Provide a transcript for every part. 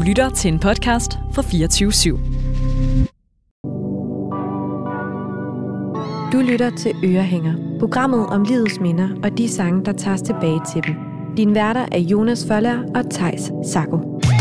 lytter til en podcast fra 24/7. Du lytter til Ørehænger, programmet om livets minder og de sange, der tages tilbage til dem. Dine værter er Jonas Forlager og Theis Sacco.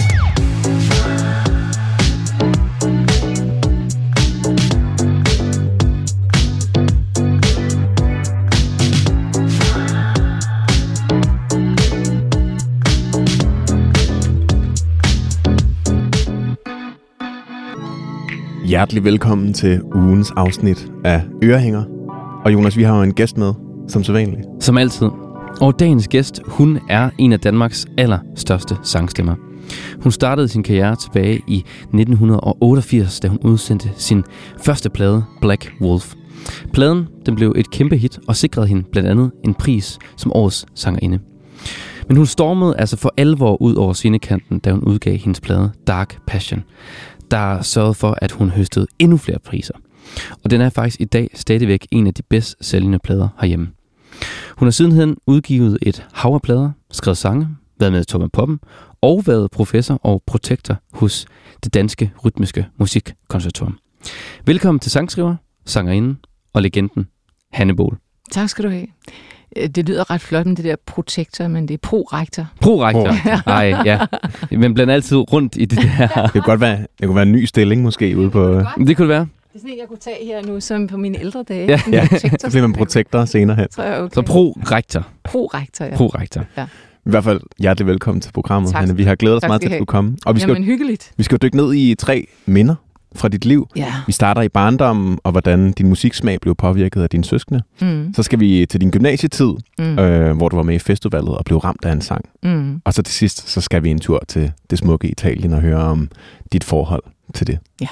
Hjertelig velkommen til ugens afsnit af Ørehænger. Og Jonas, vi har jo en gæst med, som sædvanligt. Som altid. Og dagens gæst, hun er en af Danmarks allerstørste sangstemmer. Hun startede sin karriere tilbage i 1988, da hun udsendte sin første plade, Black Wolf. Pladen den blev et kæmpe hit og sikrede hende blandt andet en pris som årets sangerinde. Men hun stormede altså for alvor ud over scenekanten, da hun udgav hendes plade Dark Passion, der sørgede for, at hun høstede endnu flere priser. Og den er faktisk i dag stadigvæk en af de bedst sælgende plader herhjemme. Hun har sidenhen udgivet et hav af plader, skrevet sange, været med i Top & Poppen og været professor og protektor hos det danske rytmiske musikkonservatorium. Velkommen til sangskriver, sangerinden og legenden Hanne Bohl. Tak skal du have. Det lyder ret flot med det der protektor, men det er prorektor. Prorektor? Ej, ja. Men blandt altid rundt i det der. Det kunne være en ny stilling måske ude på... Det kunne det være. Det er sådan en, jeg kunne tage her nu, som på mine ældre dage. Ja. Så bliver man protektor senere hen. Okay. Så prorektor. Prorektor, ja. Prorektor. Ja. I hvert fald hjertelig velkommen til programmet, Tak. Hanne. Vi har glædet os Tak meget til, at du komme. Og hyggeligt. Vi skal jo dykke ned i 3 minder fra dit liv. Ja. Vi starter i barndommen, og hvordan din musiksmag blev påvirket af dine søskende. Så skal vi til din gymnasietid, hvor du var med i festivalet og blev ramt af en sang. Og så til sidst, så skal vi en tur til det smukke Italien og høre om dit forhold til det. Ja.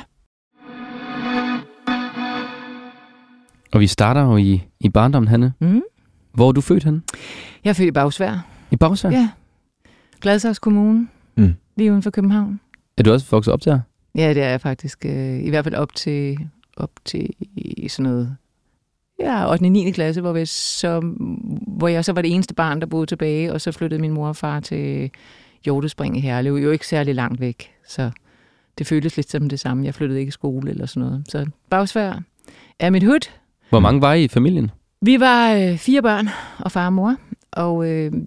Og vi starter jo i barndommen, Hanne. Hvor er du født henne? Jeg er født i Bagsværd. I Bagsværd? Ja. Gladsaxe Kommune. Lige uden for København. Er du også vokset op der? Ja, det er jeg faktisk. I hvert fald op til sådan noget... Ja, 8. og 9. klasse, hvor jeg så var det eneste barn, der boede tilbage, og så flyttede min mor og far til Hjortespring i Herlev. Jo ikke særlig langt væk, så det føltes lidt som det samme. Jeg flyttede ikke i skole eller sådan noget. Så Bagsværd er mit hud. Hvor mange var I familien? Vi var 4 børn og far og mor, og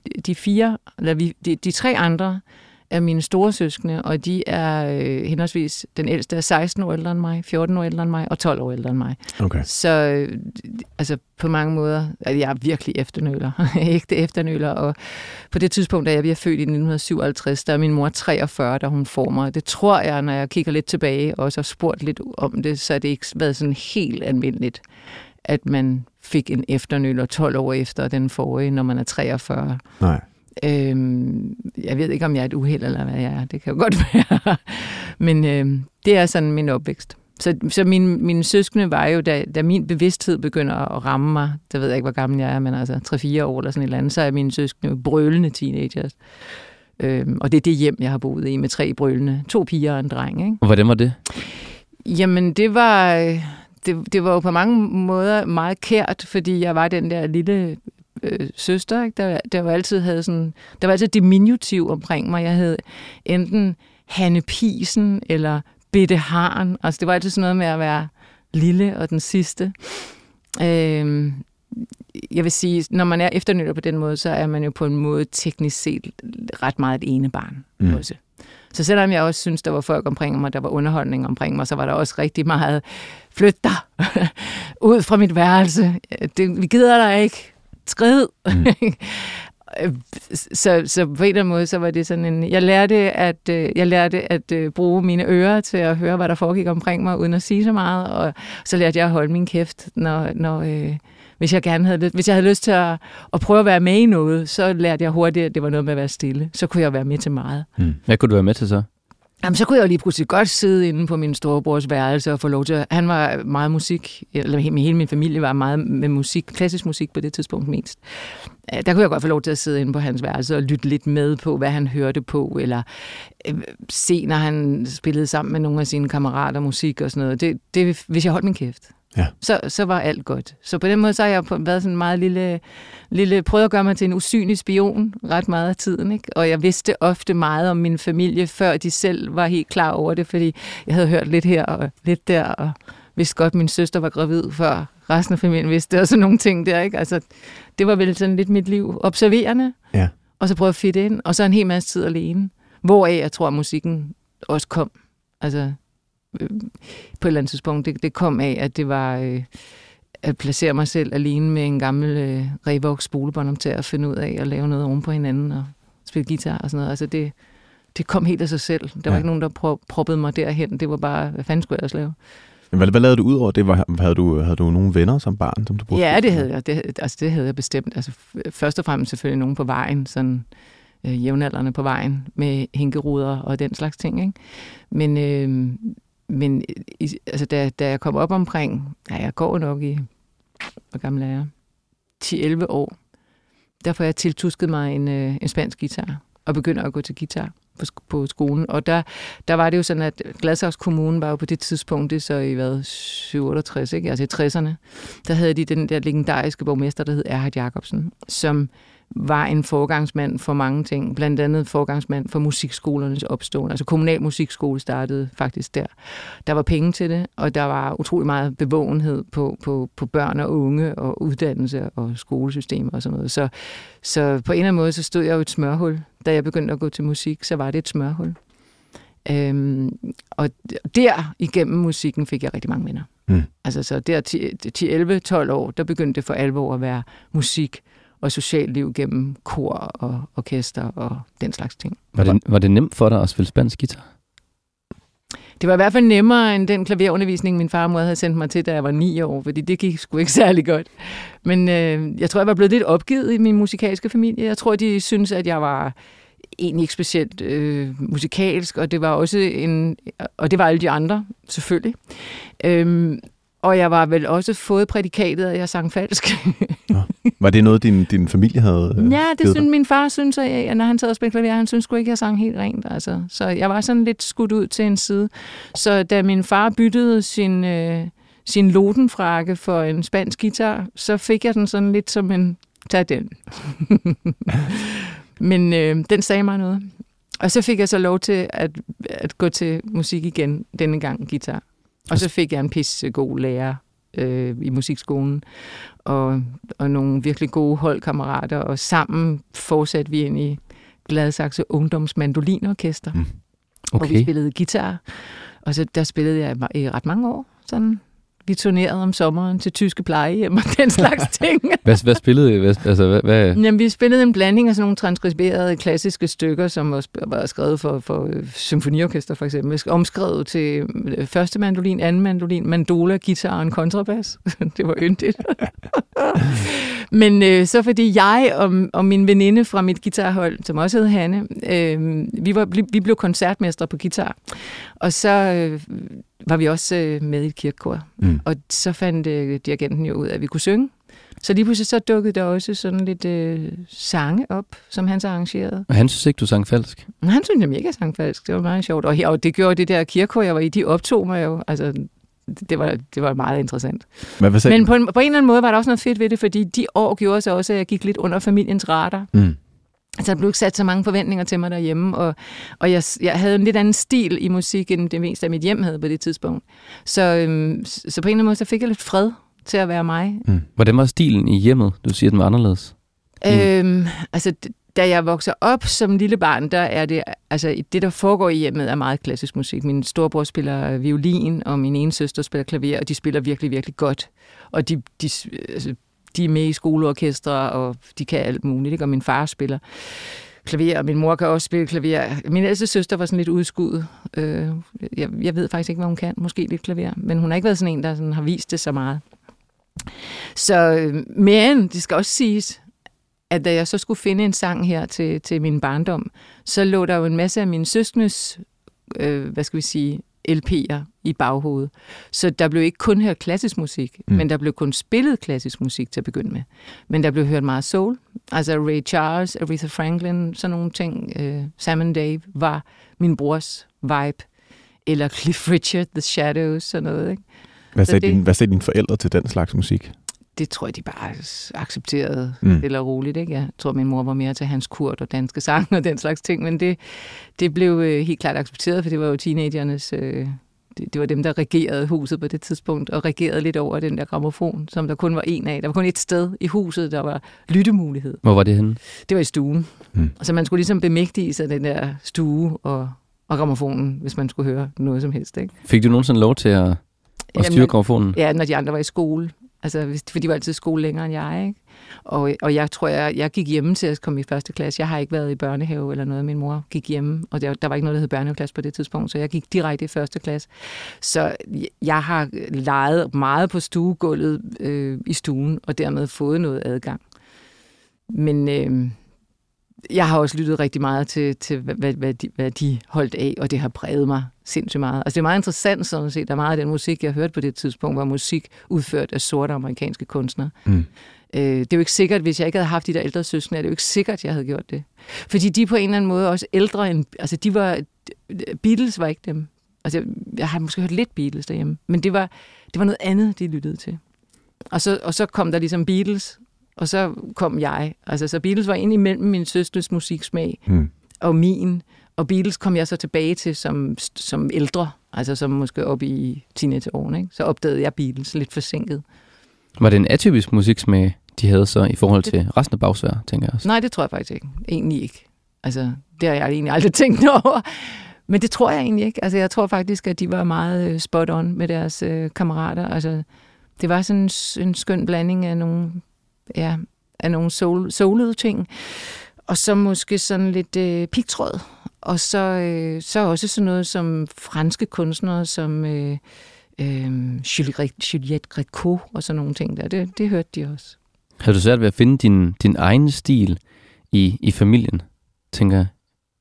de 3 andre er mine store søskende, og de er henholdsvis, den ældste er 16 år ældre end mig, 14 år ældre end mig og 12 år ældre end mig. Okay. Så altså på mange måder, jeg er virkelig efternøler, ægte efternøler, og på det tidspunkt, da jeg bliver født i 1957, der er min mor 43, da hun får mig. Det tror jeg, når jeg kigger lidt tilbage og så har spurgt lidt om det, så er det ikke været sådan helt almindeligt, at man fik en efternøler 12 år efter den forrige, når man er 43. Nej. Jeg ved ikke, om jeg er et uheld, eller hvad jeg er. Det kan jo godt være. Men det er sådan min opvækst. Så mine søskende var jo, da min bevidsthed begynder at ramme mig, der ved jeg ikke, hvor gammel jeg er, men altså 3-4 år eller sådan et eller andet, så er mine søskende brølende teenagers. Og det er det hjem, jeg har boet i, med 3 brølende. 2 piger og en dreng, ikke? Og hvordan var det? Jamen, det var jo på mange måder meget kært, fordi jeg var den der lille søster, ikke? Der var altid diminutiv omkring mig. Jeg hed enten Hanne Pisen eller Bitte Haren. Altså, det var altid sådan noget med at være lille og den sidste. Jeg vil sige, når man er efternøler på den måde, så er man jo på en måde teknisk set ret meget et ene barn også. Så selvom jeg også synes, der var folk omkring mig, der var underholdning omkring mig, så var der også rigtig meget flyt dig ud fra mit værelse. Vi gider dig ikke. Skrid. Så på en eller anden måde, så var det sådan en... Jeg lærte at bruge mine ører til at høre, hvad der foregik omkring mig, uden at sige så meget, og så lærte jeg at holde min kæft, hvis jeg havde lyst til at prøve at være med i noget, så lærte jeg hurtigt, at det var noget med at være stille. Så kunne jeg være med til meget. Hvad kunne du være med til så? Jamen, så kunne jeg jo lige pludselig godt sidde inde på min storebrors værelse og få lov til... Han var meget musik, eller hele min familie var meget med musik, klassisk musik på det tidspunkt mest. Der kunne jeg godt få lov til at sidde inde på hans værelse og lytte lidt med på, hvad han hørte på, eller se, når han spillede sammen med nogle af sine kammerater musik og sådan noget. Det hvis jeg holdt min kæft. så var alt godt. Så på den måde så har jeg været sådan en meget lille prøvet at gøre mig til en usynlig spion ret meget af tiden, ikke? Og jeg vidste ofte meget om min familie, før de selv var helt klar over det, fordi jeg havde hørt lidt her og lidt der, og vidste godt, at min søster var gravid, før resten af familien vidste, og sådan nogle ting der, ikke? Altså, det var vel sådan lidt mit liv. Observerende, og så prøve at fitte ind, og så en hel masse tid alene. Hvoraf jeg tror, at musikken også kom. Altså, på et eller andet tidspunkt. Det kom af, at det var at placere mig selv alene med en gammel Revox spolebånd til at finde ud af at lave noget oven på hinanden og spille guitar og sådan noget. Altså, det kom helt af sig selv. Der var ikke nogen, der proppede mig derhen. Det var bare, hvad fanden skulle jeg også lave? Hvad lavede du ud over det? Havde du nogle venner som barn, som du brugte? Ja, det havde jeg. Det havde jeg bestemt. Altså, først og fremmest selvfølgelig nogen på vejen, sådan jævnaldrende på vejen, med hænkeruder og den slags ting, ikke? Men altså, da jeg kom op omkring, jeg går nok i, hvor gammel er jeg? 10-11 år, der får jeg tiltusket mig en spansk guitar, og begynder at gå til guitar på skolen. Og der var det jo sådan, at Gladsaxe Kommune var jo på det tidspunkt, det så i 67, ikke? Altså i 60'erne, der havde de den der legendariske borgmester, der hed Erhard Jacobsen, som var en forgangsmand for mange ting, blandt andet forgangsmand for musikskolernes opståen. Altså kommunal musikskole startede faktisk der. Der var penge til det, og der var utrolig meget bevågenhed på børn og unge og uddannelse og skolesystemer og sådan noget. Så på en eller anden måde, så stod jeg jo et smørhul. Da jeg begyndte at gå til musik, så var det et smørhul. Og der igennem musikken fik jeg rigtig mange venner. Altså så der 10-11-12 år, der begyndte det for alvor at være musik og socialt liv gennem kor og orkester og den slags ting. Var det nemt for dig at spille spansk guitar? Det var i hvert fald nemmere end den klaverundervisning, min far og mor havde sendt mig til, da jeg var 9 år, fordi det gik sgu ikke særlig godt. Men jeg tror, jeg var blevet lidt opgivet i min musikalske familie. Jeg tror, de synes, at jeg var egentlig ikke specielt musikalsk, og det var også og det var alle de andre, selvfølgelig. Og jeg var vel også fået prædikatet, at jeg sang falsk. Ja. Var det noget, din familie havde Ja, det synes min far synes, at når han sad og spillede klaver, han synes sgu ikke, at jeg sang helt rent. Altså. Så jeg var sådan lidt skudt ud til en side. Så da min far byttede sin lodenfrakke for en spansk guitar, så fik jeg den sådan lidt som en, tag den. Men den sagde mig noget. Og så fik jeg så lov til at gå til musik igen, denne gang guitar. Og så fik jeg en pissegod lærer i musikskolen, og nogle virkelig gode holdkammerater, og sammen fortsatte vi ind i Gladsaxe Ungdoms Mandolinorkester, hvor vi spillede guitar. Og så der spillede jeg i ret mange år, sådan. Vi turnerede om sommeren til tyske plejehjem og den slags ting. Hvad spillede I? Jamen, vi spillede en blanding af sådan nogle transkriberede klassiske stykker, som var skrevet for symfoniorkester for eksempel. Omskrevet til første mandolin, anden mandolin, mandola, guitar og en kontrabas. Det var yndigt. Men så fordi jeg og min veninde fra mit guitarhold, som også hed Hanne, vi blev koncertmestre på guitar. Og så var vi også med i et kirkekor. Og så fandt dirigenten jo ud af, at vi kunne synge. Så lige pludselig så dukkede der også sådan lidt sange op, som han så arrangerede. Og han synes ikke, du sang falsk? Han synes nemlig ikke, jeg sang falsk. Det var meget sjovt. Og det gjorde det der kirkekor, jeg var i, de optog mig jo. Altså, det var meget interessant. Men på en eller anden måde var der også noget fedt ved det, fordi de år gjorde så også, at jeg gik lidt under familiens radar. Altså, der blev ikke sat så mange forventninger til mig derhjemme, og jeg havde en lidt anden stil i musik, end det meste af mit hjem havde på det tidspunkt. Så på en eller anden måde, så fik jeg lidt fred til at være mig. Hvordan var stilen i hjemmet? Du siger, den var anderledes. Altså, da jeg vokser op som lille barn, der er det, altså det, der foregår i hjemmet, er meget klassisk musik. Min storebror spiller violin, og min ene søster spiller klaver, og de spiller virkelig, virkelig godt. Og de er med i skoleorkestre, og de kan alt muligt, ikke? Og min far spiller klaver, og min mor kan også spille klaver. Min ældste søster var sådan lidt udskudt. Jeg ved faktisk ikke, hvad hun kan. Måske lidt klaver, men hun har ikke været sådan en, der sådan har vist det så meget. Så, men det skal også siges, at da jeg så skulle finde en sang her til min barndom, så lå der jo en masse af mine søskendes, LP'er i baghovedet. Så der blev ikke kun hørt klassisk musik, men der blev kun spillet klassisk musik til at begynde med. Men der blev hørt meget soul. Altså Ray Charles, Aretha Franklin, sådan nogle ting. Sam & Dave var min brors vibe. Eller Cliff Richard, The Shadows, sådan noget, ikke? Hvad sagde dine forældre til den slags musik? Det tror jeg, de bare accepterede eller roligt. Ikke? Jeg tror, min mor var mere til Hans Kurt og danske sang og den slags ting, men det blev helt klart accepteret, for det var jo teenagernes... Det var dem, der regerede huset på det tidspunkt, og regerede lidt over den der grammofon, som der kun var en af. Der var kun et sted i huset, der var lyttemulighed. Hvor var det henne? Det var i stuen. Så man skulle ligesom bemægtige sig den der stue og grammofonen, hvis man skulle høre noget som helst. Ikke? Fik du nogensinde lov til at styre grammofonen? Ja, når de andre var i skole. Altså, for de var altid i skole længere end jeg, ikke? Og jeg tror, jeg gik hjemme til at komme i første klasse. Jeg har ikke været i børnehave eller noget. Min mor gik hjemme, og der var ikke noget, der hed børnehaveklasse på det tidspunkt, så jeg gik direkte i første klasse. Så jeg har leget meget på stuegulvet i stuen, og dermed fået noget adgang. Men jeg har også lyttet rigtig meget til hvad de holdt af, og det har præget mig sindssygt meget. Altså det er meget interessant sådan set. Der er meget af den musik, jeg hørte på det tidspunkt, var musik udført af sorte amerikanske kunstnere. Det er jo ikke sikkert, hvis jeg ikke havde haft de der ældre søskende, er det jo ikke sikkert, jeg havde gjort det. Fordi de på en eller anden måde også ældre end... Altså Beatles var ikke dem. Altså jeg har måske hørt lidt Beatles derhjemme, men det var noget andet, de lyttede til. Og så kom der ligesom Beatles, og så kom jeg. Altså så Beatles var ind imellem min søsters musiksmag og min, og Beatles kom jeg så tilbage til som ældre, altså som måske op i teenageårene, ikke? Så opdagede jeg Beatles lidt forsinket. Var det en atypisk musiksmag, de havde så i forhold til resten af Bagsværd, tænker jeg også? Nej, det tror jeg faktisk ikke. Egentlig ikke. Altså, det har jeg egentlig aldrig tænkt over. Men det tror jeg egentlig ikke. Altså, jeg tror faktisk, at de var meget spot on med deres kammerater. Altså, det var sådan en skøn blanding af nogle soulede ting, og så måske sådan lidt pigtråd. Og så også sådan noget som franske kunstnere, som Juliette Gréco og sådan nogle ting der. Det hørte de også. Har du svært ved at finde din egen stil i familien, tænker jeg?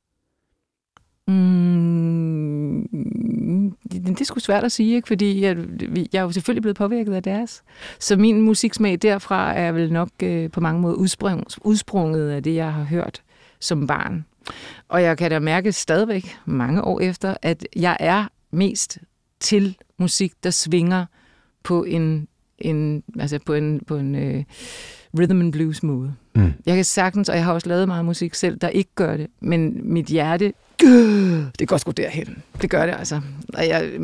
Det er sgu svært at sige, ikke? Fordi jeg er jo selvfølgelig blevet påvirket af deres. Så min musiksmag derfra er vel nok på mange måder udsprunget af det, jeg har hørt som barn. Og jeg kan da mærke stadigvæk mange år efter, at jeg er mest til musik, der svinger på en rhythm and blues måde. Jeg kan sagtens, og jeg har også lavet meget musik selv, der ikke gør det, men mit hjerte, det går sgu derhen. Det gør det altså. Og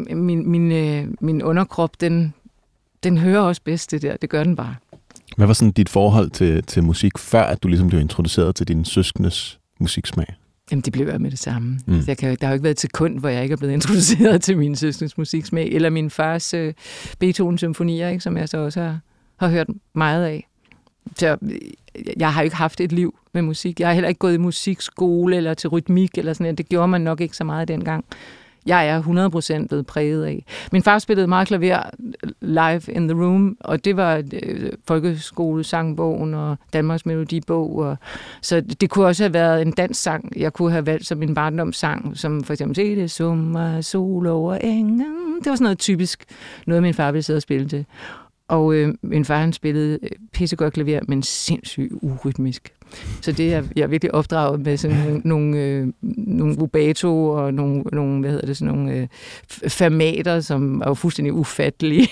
min underkrop, den hører også bedst det der. Det gør den bare. Hvad var sådan dit forhold til musik, før at du ligesom blev introduceret til din søskendes musiksmag? Jamen, det blev jeg med det samme. Der har jo ikke været et sekund, hvor jeg ikke er blevet introduceret til min søskens musiksmag, eller min fars Beethoven-symfonier, ikke, som jeg så også har hørt meget af. Så jeg har jo ikke haft et liv med musik. Jeg har heller ikke gået i musikskole eller til rytmik eller sådan noget. Det gjorde man nok ikke så meget dengang. Jeg er 100% blevet præget af. Min far spillede meget klaver live in the room, og det var folkeskolesangbogen og Danmarks Melodibog. Så det kunne også have været en dansk sang, jeg kunne have valgt som en barndomssang, som for eksempel Se det sommer, sol over engen. Det var sådan noget typisk, noget min far ville sidde og spille til. Og min far, han spillede pissegodt klaver, men sindssygt urytmisk. Så det er jeg virkelig opdraget med sådan nogle rubato og nogle fermater, som var jo fuldstændig ufattelige.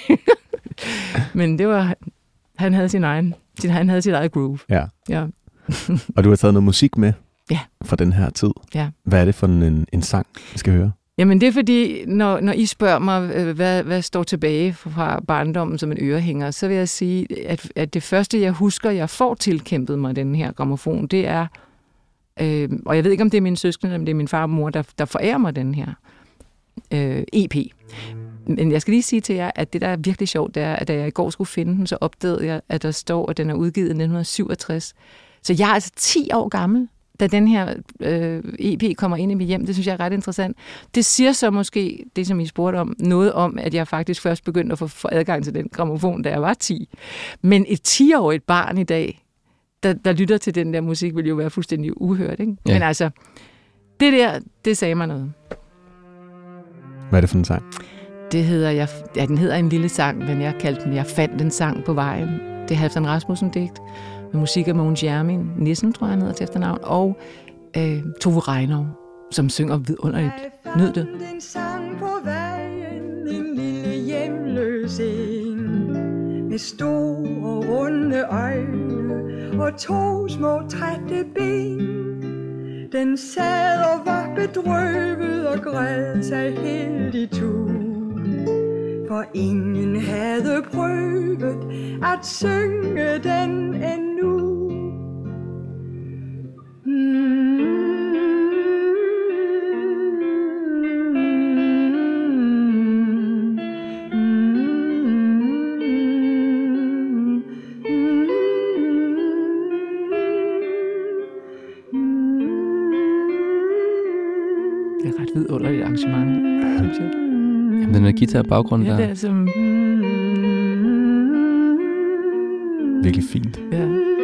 Men det var, han havde han havde sit eget groove. Ja. Og du har taget noget musik med fra den her tid. Ja. Hvad er det for en sang, vi skal høre? Jamen det er fordi, når I spørger mig, hvad står tilbage fra barndommen som en ørehænger, så vil jeg sige, at det første, jeg husker, jeg får tilkæmpet mig den her grammofon, det er, og jeg ved ikke, om det er min søskende, eller om det er min far og mor, der forærer mig den her EP. Men jeg skal lige sige til jer, at det, der er virkelig sjovt, det er, at da jeg i går skulle finde den, så opdagede jeg, at der står, at den er udgivet i 1967. Så jeg er altså 10 år gammel, da den her EP kommer ind i mit hjem. Det synes jeg er ret interessant. Det siger så måske, det som I spurgte om, noget om, at jeg faktisk først begyndte at få adgang til den grammofon, da jeg var 10. Men et 10-årigt barn i dag, der lytter til den der musik, vil jo være fuldstændig uhørt, ikke? Ja. Men altså, det der, det sagde mig noget. Hvad er det for en sang? Den hedder En lille sang, men jeg kaldte den Jeg fandt en sang på vejen. Det er Halfdan Rasmussen-digt. Med musik af Mogens Jermin Nissen, tror jeg, han hedder til efternavn, og Tove Reinov, som synger vidunderligt. Nyd det. En sang på vejen, en lille hjemløs med store runde øjne og 2 små trætte ben. Den sad og var bedrøvet og græd sig helt itu, for ingen havde prøvet at synge den endnu. Det er ret vidunderligt arrangement, synes jeg. Jamen, den der guitar-baggrund der. Ja, det er som... Virkelig fint. Ja.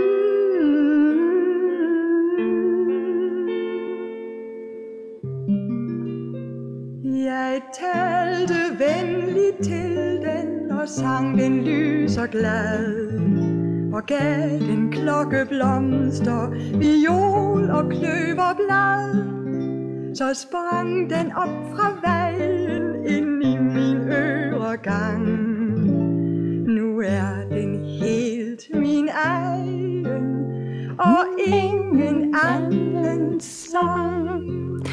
Jeg talte venligt til den og sang den lys og glad, og gav den klokkeblomster, viol og kløverblad. Så sprang den op fra vejen ind i min øregang. Nu er den helt min egen, og ingen anden sang.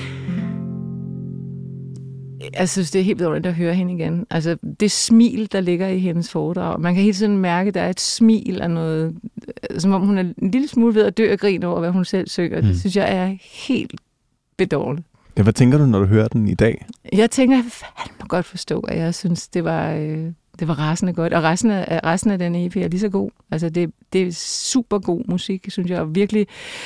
Jeg synes, det er helt vidunderligt at høre hende igen. Altså, det smil, der ligger i hendes foredrag. Man kan hele tiden mærke, at der er et smil af noget, som om hun er en lille smule ved at dø og grine over, hvad hun selv synger. Det synes jeg er helt bedårligt. Ja, hvad tænker du, når du hører den i dag? Jeg tænker, jeg fandme godt forstå, at jeg synes, det var rasende godt. Og resten af den EP er lige så god. Altså, det er super god musik, synes jeg. Og virkelig,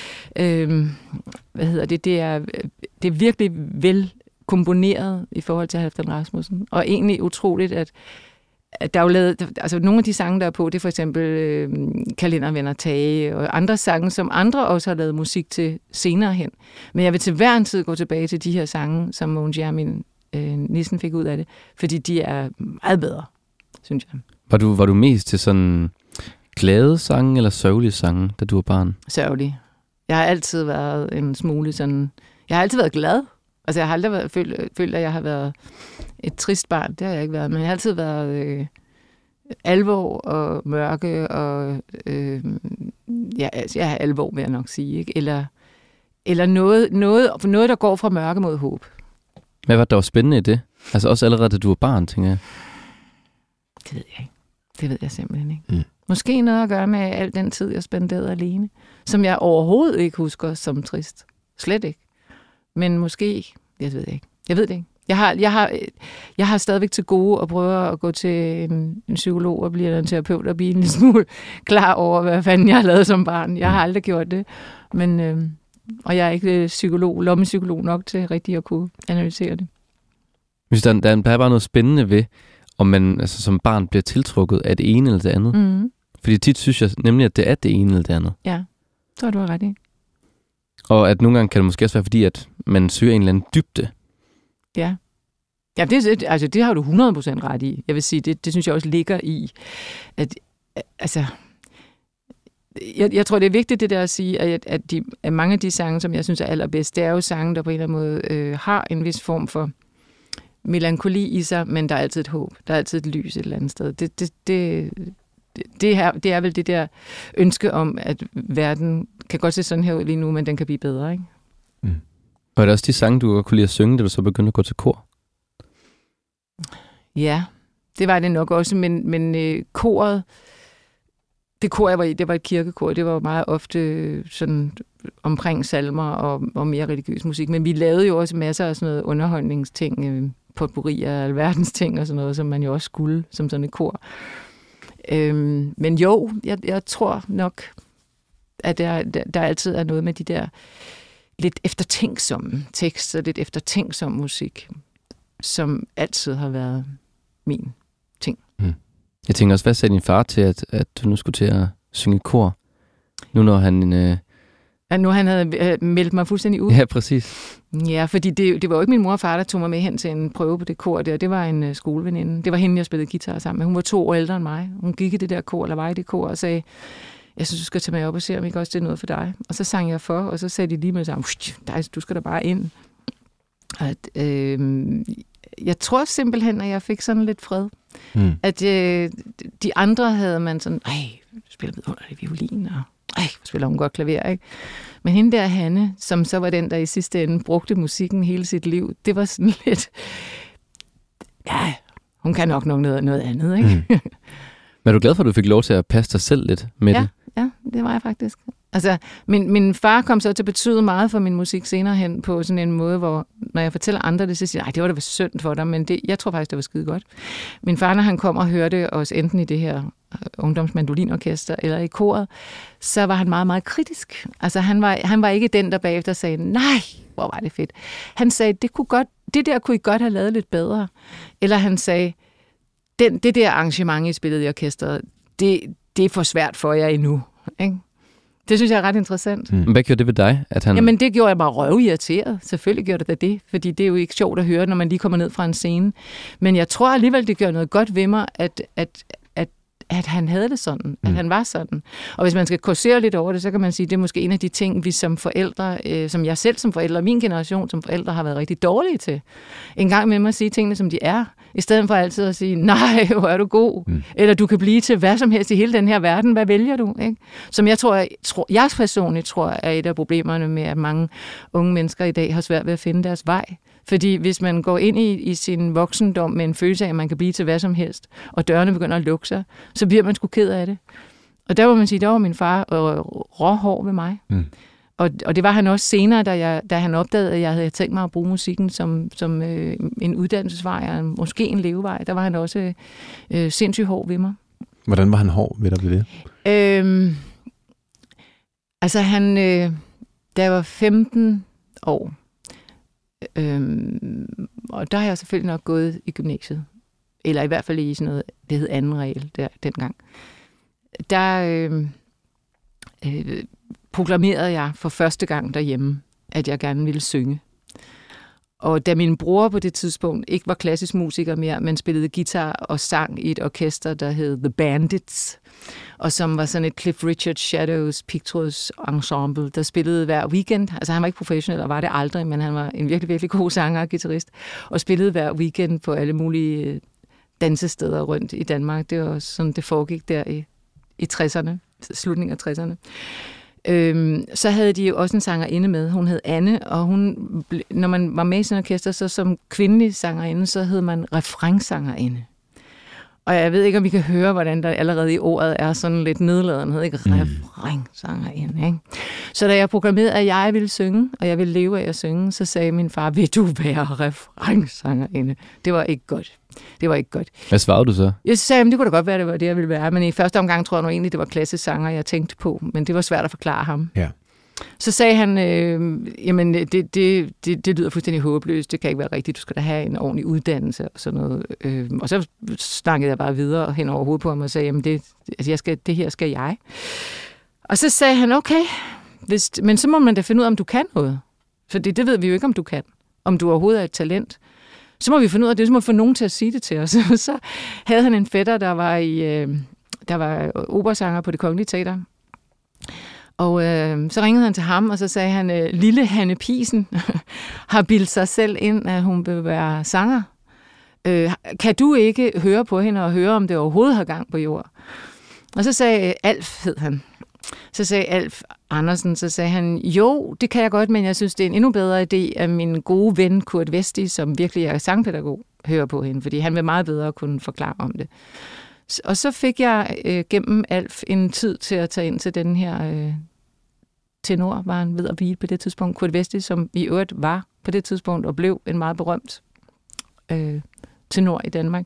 det er virkelig vel komponeret i forhold til Halfdan Rasmussen. Og egentlig utroligt, at der er jo lavet, altså nogle af de sange, der er på, det er for eksempel Kalender vender tage, og andre sange, som andre også har lavet musik til senere hen. Men jeg vil til hver en tid gå tilbage til de her sange, som Mogens Jermin Nissen fik ud af det, fordi de er meget bedre, synes jeg. Var du mest til sådan glade sange eller sørgelige sange, da du var barn? Sørgelig. Jeg har altid været en smule sådan... Jeg har altid været glad. Altså, jeg har aldrig følt, at jeg har været et trist barn. Det har jeg ikke været. Men jeg har altid været alvor og mørke og... jeg har alvor, vil jeg nok sige. Ikke? Eller noget, der går fra mørke mod håb. Hvad var der spændende i det? Altså også allerede, da du var barn, tænker jeg. Det ved jeg ikke. Det ved jeg simpelthen ikke. Mm. Måske noget at gøre med al den tid, jeg spenderede alene. Som jeg overhovedet ikke husker som trist. Slet ikke. Men måske, jeg ved det ikke. Jeg ved det ikke. Jeg har stadigvæk til gode at prøve at gå til en psykolog og blive en terapeut og blive en lille smule klar over, hvad fanden jeg har lavet som barn. Jeg har aldrig gjort det. Men, og jeg er ikke lommepsykolog nok til rigtig at kunne analysere det. Hvis der er bare noget spændende ved, om man altså, som barn bliver tiltrukket af det ene eller det andet. Mm. Fordi tit synes jeg nemlig, at det er det ene eller det andet. Ja, så du har ret i. Og at nogle gange kan det måske også være fordi, at man søger en eller anden dybde. Ja. Ja, det har du 100% ret i. Jeg vil sige, det synes jeg også ligger i, at altså... Jeg tror, det er vigtigt det der at sige, at mange af de sange, som jeg synes er allerbedst, det er jo sange, der på en eller anden måde har en vis form for melankoli i sig, men der er altid et håb. Der er altid et lys et eller andet sted. Det er vel det der ønske om, at verden kan godt se sådan her ud lige nu, men den kan blive bedre, ikke? Mm. Og er det også de sange, du kunne lide at synge, da du så begyndte at gå til kor? Ja, det var det nok også, men koret, det kor, jeg var i, det var et kirkekor, det var meget ofte sådan omkring salmer og mere religiøs musik, men vi lavede jo også masser af sådan noget underholdningsting, potpourri af alverdens ting og sådan noget, som man jo også skulle som sådan et kor. Men jo, jeg tror nok, at der altid er noget med de der lidt eftertænksomme tekster, lidt eftertænksom musik, som altid har været min ting. Mm. Jeg tænker også, hvad sagde din far til, at du nu skulle til at synge kor? Nu når han... Ja, nu han havde meldt mig fuldstændig ud. Ja, præcis. Ja, fordi det var jo ikke min mor og far, der tog mig med hen til en prøve på det kor der. Det var en skoleveninde. Det var hende, jeg spillede guitar sammen med. Hun var 2 år ældre end mig. Hun gik i det der kor, eller var i det kor, og sagde, jeg synes, du skal tage med op og se, om ikke også det er noget for dig. Og så sang jeg for, og så sagde de lige med sammen, du skal da bare ind. jeg tror simpelthen, at jeg fik sådan lidt fred. At de andre havde man sådan, spiller vidunderlig violin, og spiller hun godt klaver, ikke? Men hende der, Hanne, som så var den, der i sidste ende brugte musikken hele sit liv, det var sådan lidt, ja, hun kan nok noget andet, ikke? Men er du glad for, at du fik lov til at passe dig selv lidt med det? Ja, det var jeg faktisk. Altså, min far kom så til at betyde meget for min musik senere hen på sådan en måde, hvor når jeg fortæller andre det, så siger jeg, det var da synd for dig, men jeg tror faktisk, det var skide godt. Min far, når han kom og hørte os enten i det her ungdomsmandolinorkester eller i koret, så var han meget, meget kritisk. Altså, han var ikke den, der bagefter sagde, nej, hvor var det fedt. Han sagde, det der kunne I godt have lavet lidt bedre. Eller han sagde, det der arrangement, I spillede i orkestret, det er for svært for jer endnu, ikke? Det synes jeg er ret interessant. Hvad gjorde det ved dig? Jamen, det gjorde jeg mig røvirriteret. Selvfølgelig gjorde det det, fordi det er jo ikke sjovt at høre, når man lige kommer ned fra en scene. Men jeg tror alligevel, det gør noget godt ved mig, at han havde det sådan, at han var sådan. Og hvis man skal kursere lidt over det, så kan man sige, at det er måske en af de ting, vi som forældre, som jeg selv som forælder, min generation som forældre, har været rigtig dårlige til. En gang med mig at sige tingene, som de er, i stedet for altid at sige, nej, hvor er du god, eller du kan blive til hvad som helst i hele den her verden, hvad vælger du? Ikke? Som jeg personligt tror, er et af problemerne med, at mange unge mennesker i dag har svært ved at finde deres vej. Fordi hvis man går ind i sin voksendom med en følelse af, at man kan blive til hvad som helst, og dørene begynder at lukke sig, så bliver man sgu ked af det. Og der må man sige, der var min far råhård ved mig. Og det var han også senere, da han opdagede, at jeg havde tænkt mig at bruge musikken som en uddannelsesvej, og måske en levevej. Der var han også sindssygt hård ved mig. Hvordan var han hård ved dig ved det? Altså da jeg var 15 år, og der har jeg selvfølgelig nok gået i gymnasiet, eller i hvert fald i sådan noget, det hed anden regel dengang. Der proklamerede jeg for første gang derhjemme, at jeg gerne ville synge. Og da min bror på det tidspunkt ikke var klassisk musiker mere, men spillede guitar og sang i et orkester, der hed The Bandits, og som var sådan et Cliff Richard Shadows pigtråds ensemble, der spillede hver weekend. Altså han var ikke professionel, og var det aldrig, men han var en virkelig, virkelig god sanger og guitarist, og spillede hver weekend på alle mulige dansesteder rundt i Danmark. Det var sådan, det foregik der i 60'erne, slutningen af 60'erne. Så havde de jo også en sangerinde med. Hun hed Anne, og hun, når man var med i sådan en orkester, så som kvindelig sangerinde, så hed man refrænsangerinde. Og jeg ved ikke, om vi kan høre, hvordan der allerede i ordet er sådan lidt nedladenhed, ikke? Refrænsangerinde, ikke? Så da jeg proklamerede, at jeg ville synge, og jeg ville leve af at synge, så sagde min far, vil du være refrænsangerinde? Det var ikke godt. Det var ikke godt. Hvad svarede du så? Jeg sagde, at det kunne da godt være, det var det, jeg ville være. Men i første omgang tror jeg nu egentlig, det var klassesanger, jeg tænkte på. Men det var svært at forklare ham. Ja. Så sagde han, jamen det lyder fuldstændig håbløst. Det kan ikke være rigtigt. Du skal da have en ordentlig uddannelse og sådan noget. Og så snakkede jeg bare videre hen over hovedet på ham og sagde, jamen det her skal jeg. Og så sagde han, okay, men så må man da finde ud af, om du kan noget. For det ved vi jo ikke, om du kan. Om du overhovedet er et talent. Så må vi finde ud af det, så må vi få nogen til at sige det til os. Så havde han en fætter, der var operasanger på Det Kongelige Teater. Og så ringede han til ham, og så sagde han, lille Hanne Piesen har bildt sig selv ind, at hun vil være sanger. Kan du ikke høre på hende og høre, om det overhovedet har gang på jord? Og så sagde Alf, hed han. Så sagde Alf Andersen, så sagde han, jo, det kan jeg godt, men jeg synes, det er en endnu bedre idé, at min gode ven Kurt Vesti, som virkelig er sangpædagog, hører på hende, fordi han vil meget bedre kunne forklare om det. Og så fik jeg gennem Alf en tid til at tage ind til den her tenor, var han ved at blive på det tidspunkt, Kurt Vesti, som i øvrigt var på det tidspunkt og blev en meget berømt tenor i Danmark.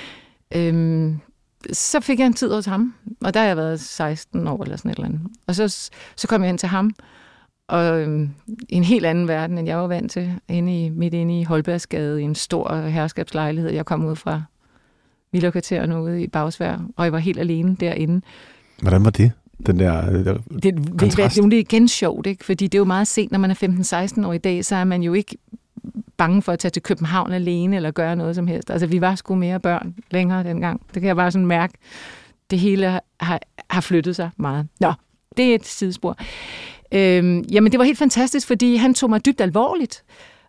Så fik jeg en tid hos ham, og der har jeg været 16 år eller sådan et eller andet. Og så kom jeg hen til ham, og i en helt anden verden, end jeg var vant til, midt inde i Holbergsgade, i en stor herskabslejlighed. Jeg kom ud fra villakvarteren ude i Bagsværd, og jeg var helt alene derinde. Hvordan var det? Den der kontrast? Det er igen sjovt, ikke? Fordi det er jo meget sent, når man er 15-16 år i dag, så er man jo ikke bange for at tage til København alene eller gøre noget som helst. Altså, vi var sgu mere børn længere dengang. Det kan jeg bare sådan mærke. Det hele har flyttet sig meget. Nå, det er et sidespor. Jamen, det var helt fantastisk, fordi han tog mig dybt alvorligt.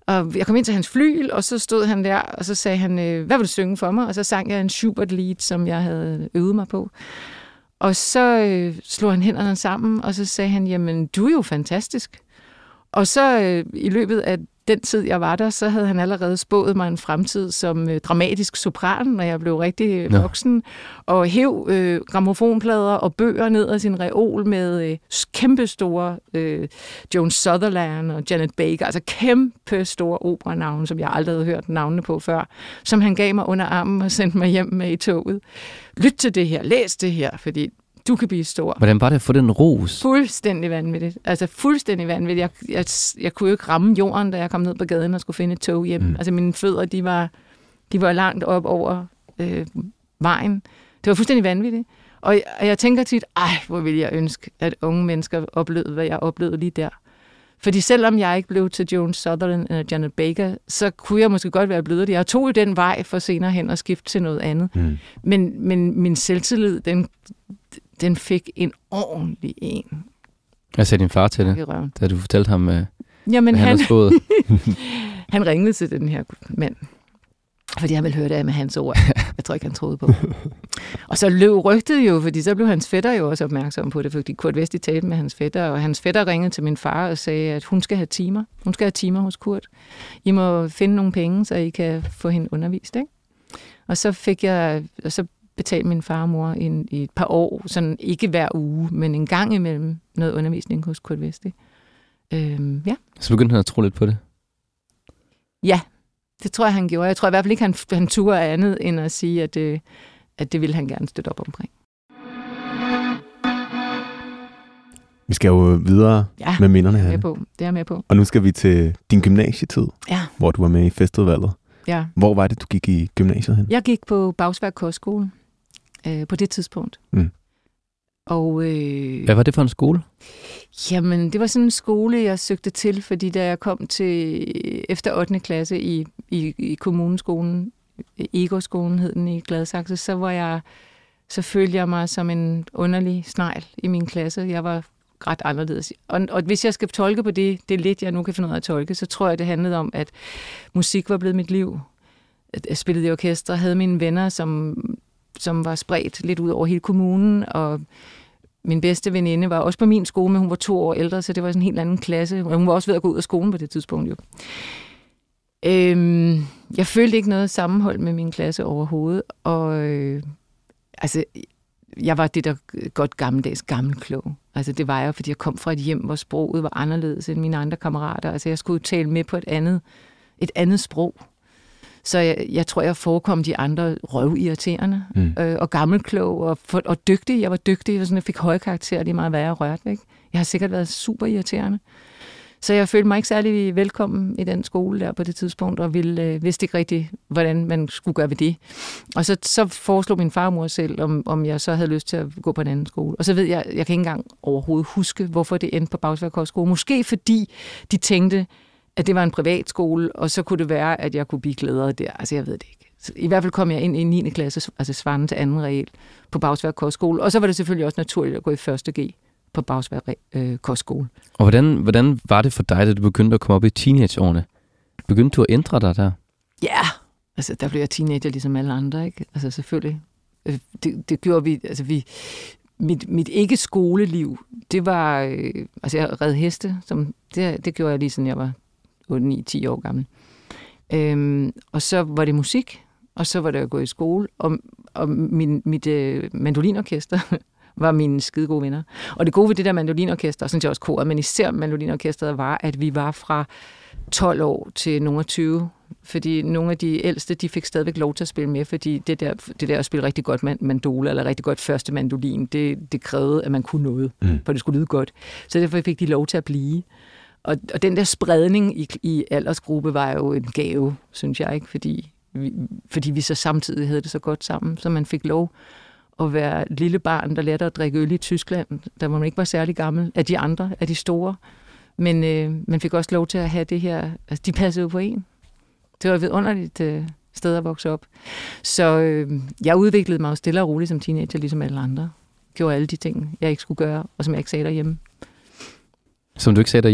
Og jeg kom ind til hans flygel, og så stod han der, og så sagde han, hvad vil du synge for mig? Og så sang jeg en Schubert-lied, som jeg havde øvet mig på. Og så slog han hænderne sammen, og så sagde han, jamen, du er jo fantastisk. Og så i løbet af den tid, jeg var der, så havde han allerede spået mig en fremtid som dramatisk sopran, når jeg blev rigtig voksen, og hæv grammofonplader og bøger ned af sin reol med kæmpestore Joan Sutherland og Janet Baker, altså kæmpestore operanavne, som jeg aldrig havde hørt navnene på før, som han gav mig under armen og sendte mig hjem med i toget. Lyt til det her, læs det her, fordi du kan blive stor. Hvordan var det at få den ros? Fuldstændig vanvittigt. Altså fuldstændig vanvittigt. Jeg kunne jo ikke ramme jorden, da jeg kom ned på gaden og skulle finde et tog hjem. Altså mine fødder, de var langt op over vejen. Det var fuldstændig vanvittigt. Og jeg tænker tit, hvor ville jeg ønske, at unge mennesker oplevede, hvad jeg oplevede lige der. Fordi selvom jeg ikke blev til Joan Sutherland eller Janet Baker, så kunne jeg måske godt være blevet det. Jeg tog jo den vej for senere hen og skifte til noget andet. Men min selvtillid, den fik en ordentlig en. Jeg sagde din far til det, da du fortalte ham, jamen, han havde spået. Han ringede til den her mand, fordi han ville høre det af med hans ord. Jeg tror ikke, han troede på. Og så løb rygtet jo, fordi så blev hans fætter jo også opmærksom på det, fordi Kurt Vesti talte med hans fætter, og hans fætter ringede til min far og sagde, at hun skal have timer. Hun skal have timer hos Kurt. I må finde nogle penge, så I kan få hende undervist, ikke? Og så betalte min far og mor i et par år, sådan ikke hver uge, men en gang imellem noget undervisning hos Kurt Vesti. Ja. Så begyndte han at tro lidt på det? Ja, det tror jeg, han gjorde. Jeg tror i hvert fald ikke, han turde andet end at sige, at det ville han gerne støtte op omkring. Vi skal jo videre med minderne her. Det er jeg med på. Og nu skal vi til din gymnasietid, hvor du var med i festudvalget. Ja. Hvor var det, du gik i gymnasiet hen? Jeg gik på Bagsværd Kostskole på det tidspunkt. Og, hvad var det for en skole? Jamen, det var sådan en skole, jeg søgte til, fordi da jeg kom til efter 8. klasse i kommuneskolen, Egårdsskolen hed den i Gladsaxe, så følte jeg mig som en underlig snegl i min klasse. Jeg var ret anderledes. Og hvis jeg skal tolke på det lidt, jeg nu kan finde ud af at tolke, så tror jeg, det handlede om, at musik var blevet mit liv. Jeg spillede i orkester, havde mine venner, som var spredt lidt ud over hele kommunen, og min bedste veninde var også på min skole, men hun var 2 år ældre, så det var sådan en helt anden klasse. Og hun var også ved at gå ud af skolen på det tidspunkt jo. Jeg følte ikke noget sammenhold med min klasse overhovedet, og jeg var det der godt gammeldags gammelklog. Altså det var jeg, fordi jeg kom fra et hjem, hvor sproget var anderledes end mine andre kammerater. Altså jeg skulle tale med på et andet sprog. Så jeg tror, jeg forekom de andre røvirriterende og gammelklog og dygtig. Jeg var dygtig, og sådan, jeg fik høje karakterer, lige meget hvad jeg rørte. Ikke? Jeg har sikkert været super irriterende. Så jeg følte mig ikke særlig velkommen i den skole der på det tidspunkt, og vidste ikke rigtig, hvordan man skulle gøre ved det. Og så foreslog min far og mor selv, om jeg så havde lyst til at gå på en anden skole. Og så ved jeg kan ikke engang overhovedet huske, hvorfor det endte på Bagsværd Kostskole. Måske fordi de tænkte, at det var en privatskole, og så kunne det være, at jeg kunne blive gladere der. Altså, jeg ved det ikke. Så i hvert fald kom jeg ind i 9. klasse, altså svarende til anden regel, på Bagsværd Kostskole. Og så var det selvfølgelig også naturligt at gå i 1. G på Bagsværd Kostskole. Og hvordan var det for dig, da du begyndte at komme op i teenageårene? Begyndte du at ændre dig der? Ja, altså der blev jeg teenager ligesom alle andre, ikke? Altså selvfølgelig. Det gjorde vi, altså mit ikke-skoleliv, det var, altså jeg red heste, det gjorde jeg lige siden jeg var 8-9-10 år gammel. Og så var det musik, og så var det at gå i skole, og mit mandolinorkester var mine skide gode venner. Og det gode ved det der mandolinorkester, og sådan set også koret, men især mandolinorkestret var, at vi var fra 12 år til nogle af 20, fordi nogle af de ældste, de fik stadigvæk lov til at spille med, fordi det der at spille rigtig godt mandola, eller rigtig godt første mandolin, det krævede, at man kunne noget, for det skulle lyde godt. Så derfor fik de lov til at blive. Og den der spredning i aldersgruppe var jo en gave, synes jeg, ikke? Fordi vi så samtidig havde det så godt sammen, så man fik lov at være et lille barn, der lærte at drikke øl i Tyskland, der man ikke var særlig gammel, af de andre, af de store. Men man fik også lov til at have det her, altså de passede jo på en. Det var et vidunderligt sted at vokse op. Så jeg udviklede mig jo stille og roligt som teenager, ligesom alle andre. Gjorde alle de ting, jeg ikke skulle gøre, og som jeg ikke sagde derhjemme. Som du ikke sagde derhjemme?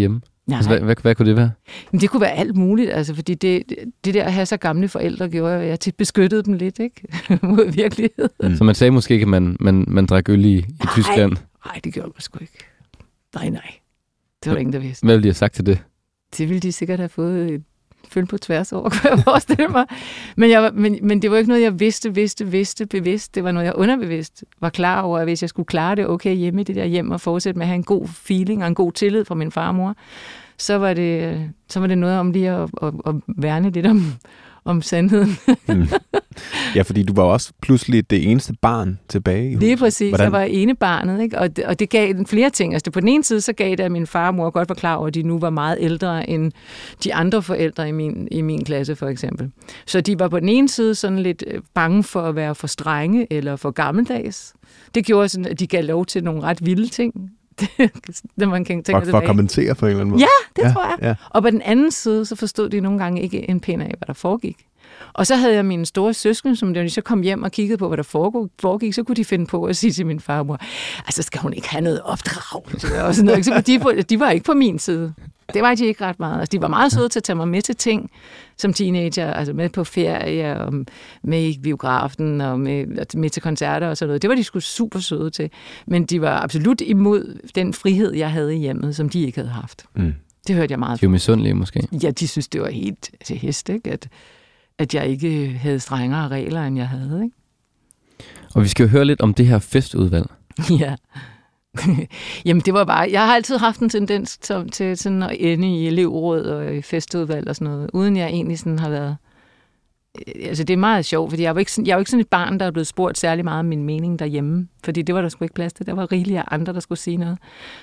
Altså, hvad kunne det være? Men det kunne være alt muligt, altså, fordi det der at have så gamle forældre gjorde, at jeg tit beskyttede dem lidt, ikke? Mod virkeligheden. Så man sagde måske ikke, at man drak øl i Tyskland? Nej, det gjorde man sgu ikke. Nej. Det var der ingen, der vidste. Hvad ville de have sagt til det? Det ville de sikkert have fået et følge på tværs over, kunne jeg forestille mig. Men det var ikke noget, jeg vidste bevidst. Det var noget, jeg underbevidst var klar over, at hvis jeg skulle klare det okay hjemme i det der hjem og fortsætte med at have en god feeling og en god tillid fra min far og mor, så var det noget om lige at værne lidt om sandheden. Ja, fordi du var også pludselig det eneste barn tilbage i huset. Lige præcis. Jeg var ene barnet, ikke? Og det gav flere ting. Altså, på den ene side, så gav det, at min far og mor godt var klar over, at de nu var meget ældre end de andre forældre i min klasse, for eksempel. Så de var på den ene side sådan lidt bange for at være for strenge eller for gammeldags. Det gjorde sådan, at de gav lov til nogle ret vilde ting. Det man kan tænke for at kommentere på en eller anden måde. Ja, det tror jeg. Ja. Og på den anden side, så forstod de nogle gange ikke en pind af, hvad der foregik. Og så havde jeg mine store søskende, som de så kom hjem og kiggede på, hvad der foregik, så kunne de finde på at sige til min far og mor, altså skal hun ikke have noget opdragelse og sådan noget. Så de var ikke på min side. Det var de ikke ret meget. Altså, de var meget søde til at tage mig med til ting som teenager, altså med på ferie og med i biografen og med til koncerter og sådan noget. Det var de sgu super søde til. Men de var absolut imod den frihed, jeg havde i hjemmet, som de ikke havde haft. Mm. Det hørte jeg meget. De var misundelige måske. Ja, de synes, det var helt til hest, ikke? At jeg ikke havde strengere regler, end jeg havde, ikke? Og vi skal jo høre lidt om det her festudvalg. Ja. Jamen det var bare, jeg har altid haft en tendens til sådan at ende i elevråd og i festudvalg og sådan noget, uden jeg egentlig sådan har været, altså det er meget sjovt, fordi jeg er jo ikke sådan et barn, der er blevet spurgt særlig meget om min mening derhjemme, fordi det var der sgu ikke plads til, der var rigeligt af andre, der skulle sige noget.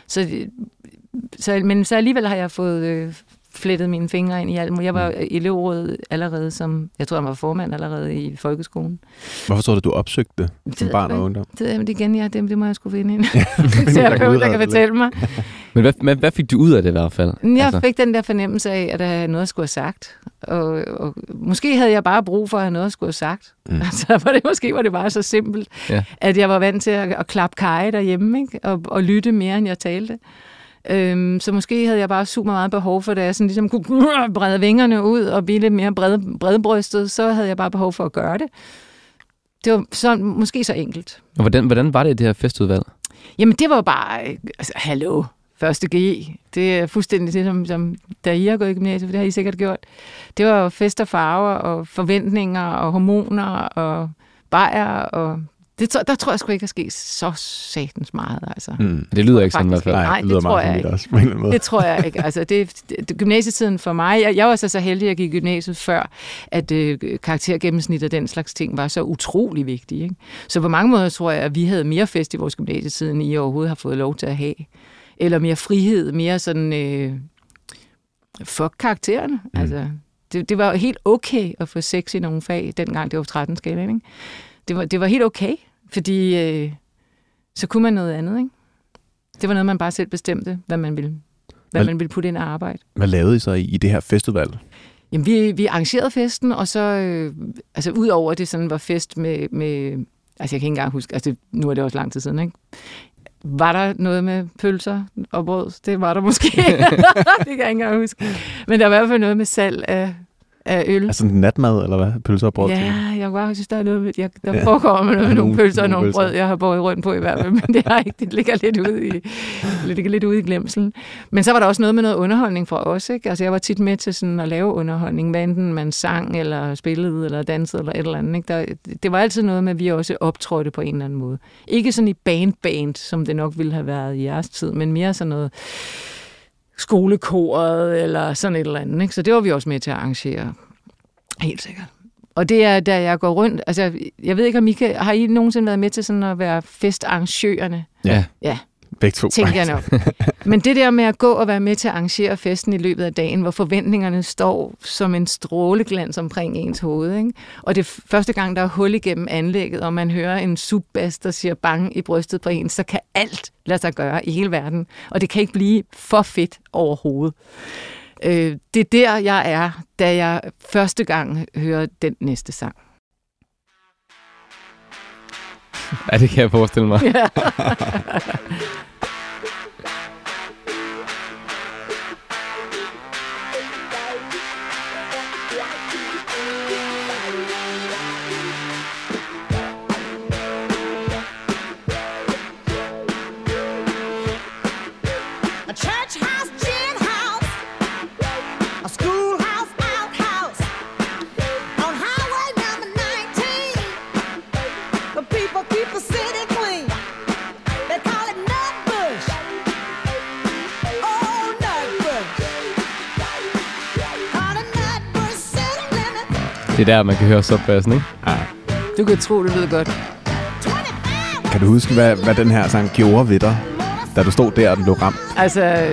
Men så alligevel har jeg fået flettet mine fingre ind i alt. Jeg var i elevrådet allerede jeg tror, jeg var formand allerede i folkeskolen. Hvorfor tror du opsøgte det som barn og ungdom? Det igen, ja, det må jeg sgu finde ind. Så jeg der kan fortælle mig. Men hvad fik du ud af det i hvert fald? Jeg fik den der fornemmelse af, at der er noget, jeg skulle have sagt. Og måske havde jeg bare brug for at have noget, jeg skulle have sagt. Mm. Altså, måske var det bare så simpelt, at jeg var vant til at klappe kaj derhjemme, ikke? Og lytte mere, end jeg talte. Så måske havde jeg bare super meget behov for, da jeg sådan ligesom kunne brede vingerne ud og blive lidt mere bredbrystet, så havde jeg bare behov for at gøre det. Det var så, måske så enkelt. Og hvordan var det i det her festudvalg? Jamen det var bare, altså hallo, første G. Det er fuldstændig det, som da I har gået i gymnasiet, for det har I sikkert gjort. Det var fest og farver og forventninger og hormoner og bajer og... Der tror jeg sgu ikke, at ske så satans meget, altså. Det lyder ikke sådan i hvert fald. Nej, det tror jeg ikke. Også, på en måde. Det tror jeg ikke. Altså, det gymnasietiden for mig, jeg var så heldig, at jeg gik i gymnasiet før, at karaktergennemsnit og den slags ting var så utrolig vigtige. Ikke? Så på mange måder tror jeg, at vi havde mere fest i vores gymnasietid, end I overhovedet har fået lov til at have. Eller mere frihed, mere sådan fuck karaktererne. Altså, det var helt okay at få sex i nogle fag, dengang det var 13 skala, ikke? Det var helt okay, fordi så kunne man noget andet, ikke? Det var noget, man bare selv bestemte, hvad man ville putte ind af arbejde. Hvad lavede I så i det her festudvalg? Jamen, vi arrangerede festen, og så, altså ud over det sådan var fest med altså jeg kan ikke engang huske, altså nu er det også lang tid siden, ikke? Var der noget med pølser og brød? Det var der måske. Det kan jeg ikke engang huske. Men der var i hvert fald noget med salg af øl. Altså natmad, eller hvad? Pølser og brød? Ja, jeg bare synes, der er noget, der foregår med nogle pølser og nogle brød, jeg har båret rundt på i hvert fald, men det ligger lidt ude i glemselen. Men så var der også noget med noget underholdning fra os, ikke? Altså jeg var tit med til sådan at lave underholdning, hvad enten man sang, eller spillede, eller dansede, eller et eller andet, ikke? Det var altid noget med, at vi også optrådte på en eller anden måde. Ikke sådan i band, som det nok ville have været i jeres tid, men mere sådan noget skolekoret eller sådan et eller andet, ikke? Så det var vi også med til at arrangere. Helt sikkert. Og det er, da jeg går rundt, altså jeg ved ikke, om har I nogensinde været med til sådan at være festarrangørerne? Ja. Begge to. Tænker jeg nok. Men det der med at gå og være med til at arrangere festen i løbet af dagen, hvor forventningerne står som en stråleglans omkring ens hoved, ikke? Og det er første gang, der er hul igennem anlægget, og man hører en subbass, der siger bang i brystet på en, så kan alt lade sig gøre i hele verden. Og det kan ikke blive for fedt overhovedet. Det er der, jeg er, da jeg første gang hører den næste sang. Ja, det kan jeg forestille mig. Det er der, man kan høre subbassen, ikke? Ja. Du kan tro, det lyder godt. Kan du huske, hvad den her sang gjorde ved dig, da du stod der, og den blev ramt? Altså,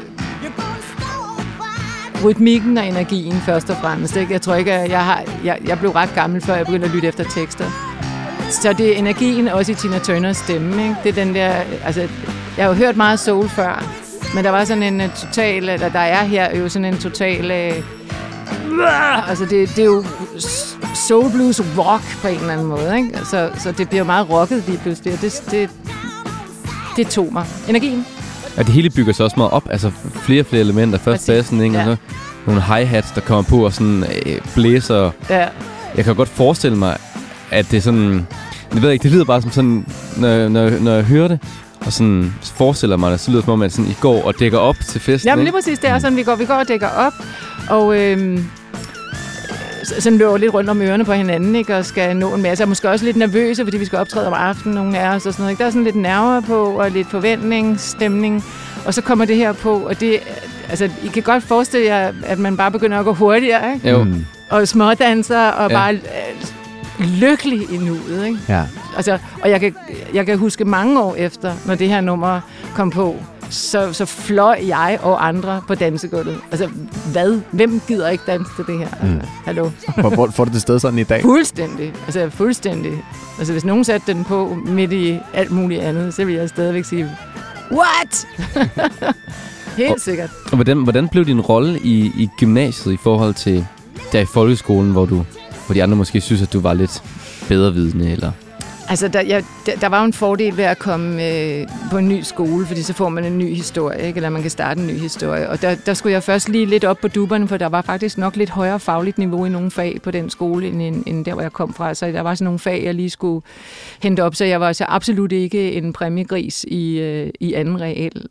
rytmikken og energien først og fremmest. Ikke? Jeg tror ikke, at jeg blev ret gammel, før jeg begyndte at lytte efter tekster. Så det er energien også i Tina Turners stemme. Ikke? Det er den der, altså, jeg har jo hørt meget soul før, men der var sådan en total, eller der er her jo sådan en total, altså det er jo soul blues rock på en eller anden måde, ikke? Så det bliver meget rocket lige pludselig, og det tog mig. Energien. Ja, det hele bygger sig også meget op, altså flere elementer. Først bassen, ikke? Ja. Og så nogle hi-hats, der kommer på, og sådan blæser. Ja. Jeg kan godt forestille mig, at det er sådan, jeg ved ikke, det lyder bare som sådan, når jeg hører det, og sådan forestiller mig det, så lyder det som om, at sådan, I går og dækker op til festen. Jamen lige præcis, det er sådan, vi går og dækker op, og sådan løber lidt rundt om ørerne på hinanden, ikke, og skal nå en masse. Og måske også lidt nervøse, fordi vi skal optræde om aftenen, nogle af os og sådan noget. Ikke? Der er sådan lidt nerver på, og lidt forventning, stemning, og så kommer det her på, og det, altså, I kan godt forestille jer, at man bare begynder at gå hurtigere, ikke? Jo. Og smådanser, og bare lykkelig i nuet, ikke? Ja. Altså, og jeg kan huske mange år efter, når det her nummer kom på, så fløj jeg og andre på dansegulvet. Altså, hvad? Hvem gider ikke danse til det her? Altså, hallo? Hvor får du det sted sådan i dag? Fuldstændig. Altså, hvis nogen satte den på midt i alt muligt andet, så ville jeg stadigvæk sige, what? Helt sikkert. Og hvordan blev din rolle i gymnasiet i forhold til der i folkeskolen, hvor de andre måske synes, at du var lidt bedrevidende, eller? Altså, der var jo en fordel ved at komme på en ny skole, fordi så får man en ny historie, ikke? Eller man kan starte en ny historie. Og der skulle jeg først lige lidt op på dupperne, for der var faktisk nok lidt højere fagligt niveau i nogle fag på den skole, end der, hvor jeg kom fra. Så der var sådan nogle fag, jeg lige skulle hente op, så jeg var så absolut ikke en præmiegris i anden real,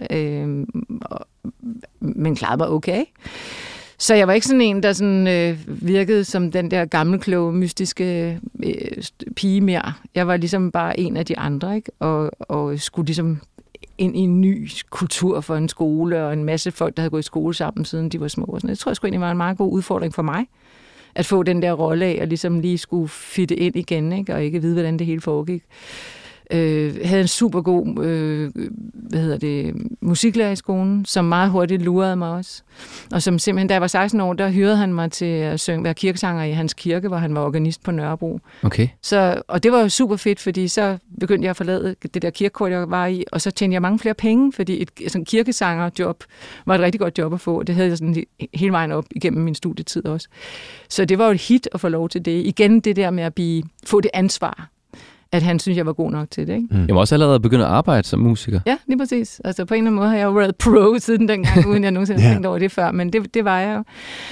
men klarede mig okay. Så jeg var ikke sådan en, der sådan, virkede som den der gammelkloge, mystiske pige mere. Jeg var ligesom bare en af de andre, ikke? Og skulle ligesom ind i en ny kultur for en skole, og en masse folk, der havde gået i skole sammen, siden de var små. Og sådan. Jeg tror sgu egentlig var en meget god udfordring for mig, at få den der rolle af, og ligesom lige skulle fitte ind igen, ikke? Og ikke vide, hvordan det hele foregik. Havde en super god musiklærer i skolen, som meget hurtigt lurede mig også. Og som simpelthen, da jeg var 16 år, der hyrede han mig til at være kirkesanger i hans kirke, hvor han var organist på Nørrebro. Okay. Og det var jo super fedt, fordi så begyndte jeg at forlade det der kirkekor, jeg var i, og så tjente jeg mange flere penge, fordi et sådan kirkesangerjob var et rigtig godt job at få, og det havde jeg sådan hele vejen op igennem min studietid også. Så det var jo et hit at få lov til det. Igen det der med at få det ansvar, at han synes, jeg var god nok til det, ikke? Jeg var også allerede begyndt at arbejde som musiker. Ja, lige præcis. Altså på en eller anden måde har jeg jo været pro siden dengang, uden jeg nogensinde har tænkt over det før, men det var jeg jo.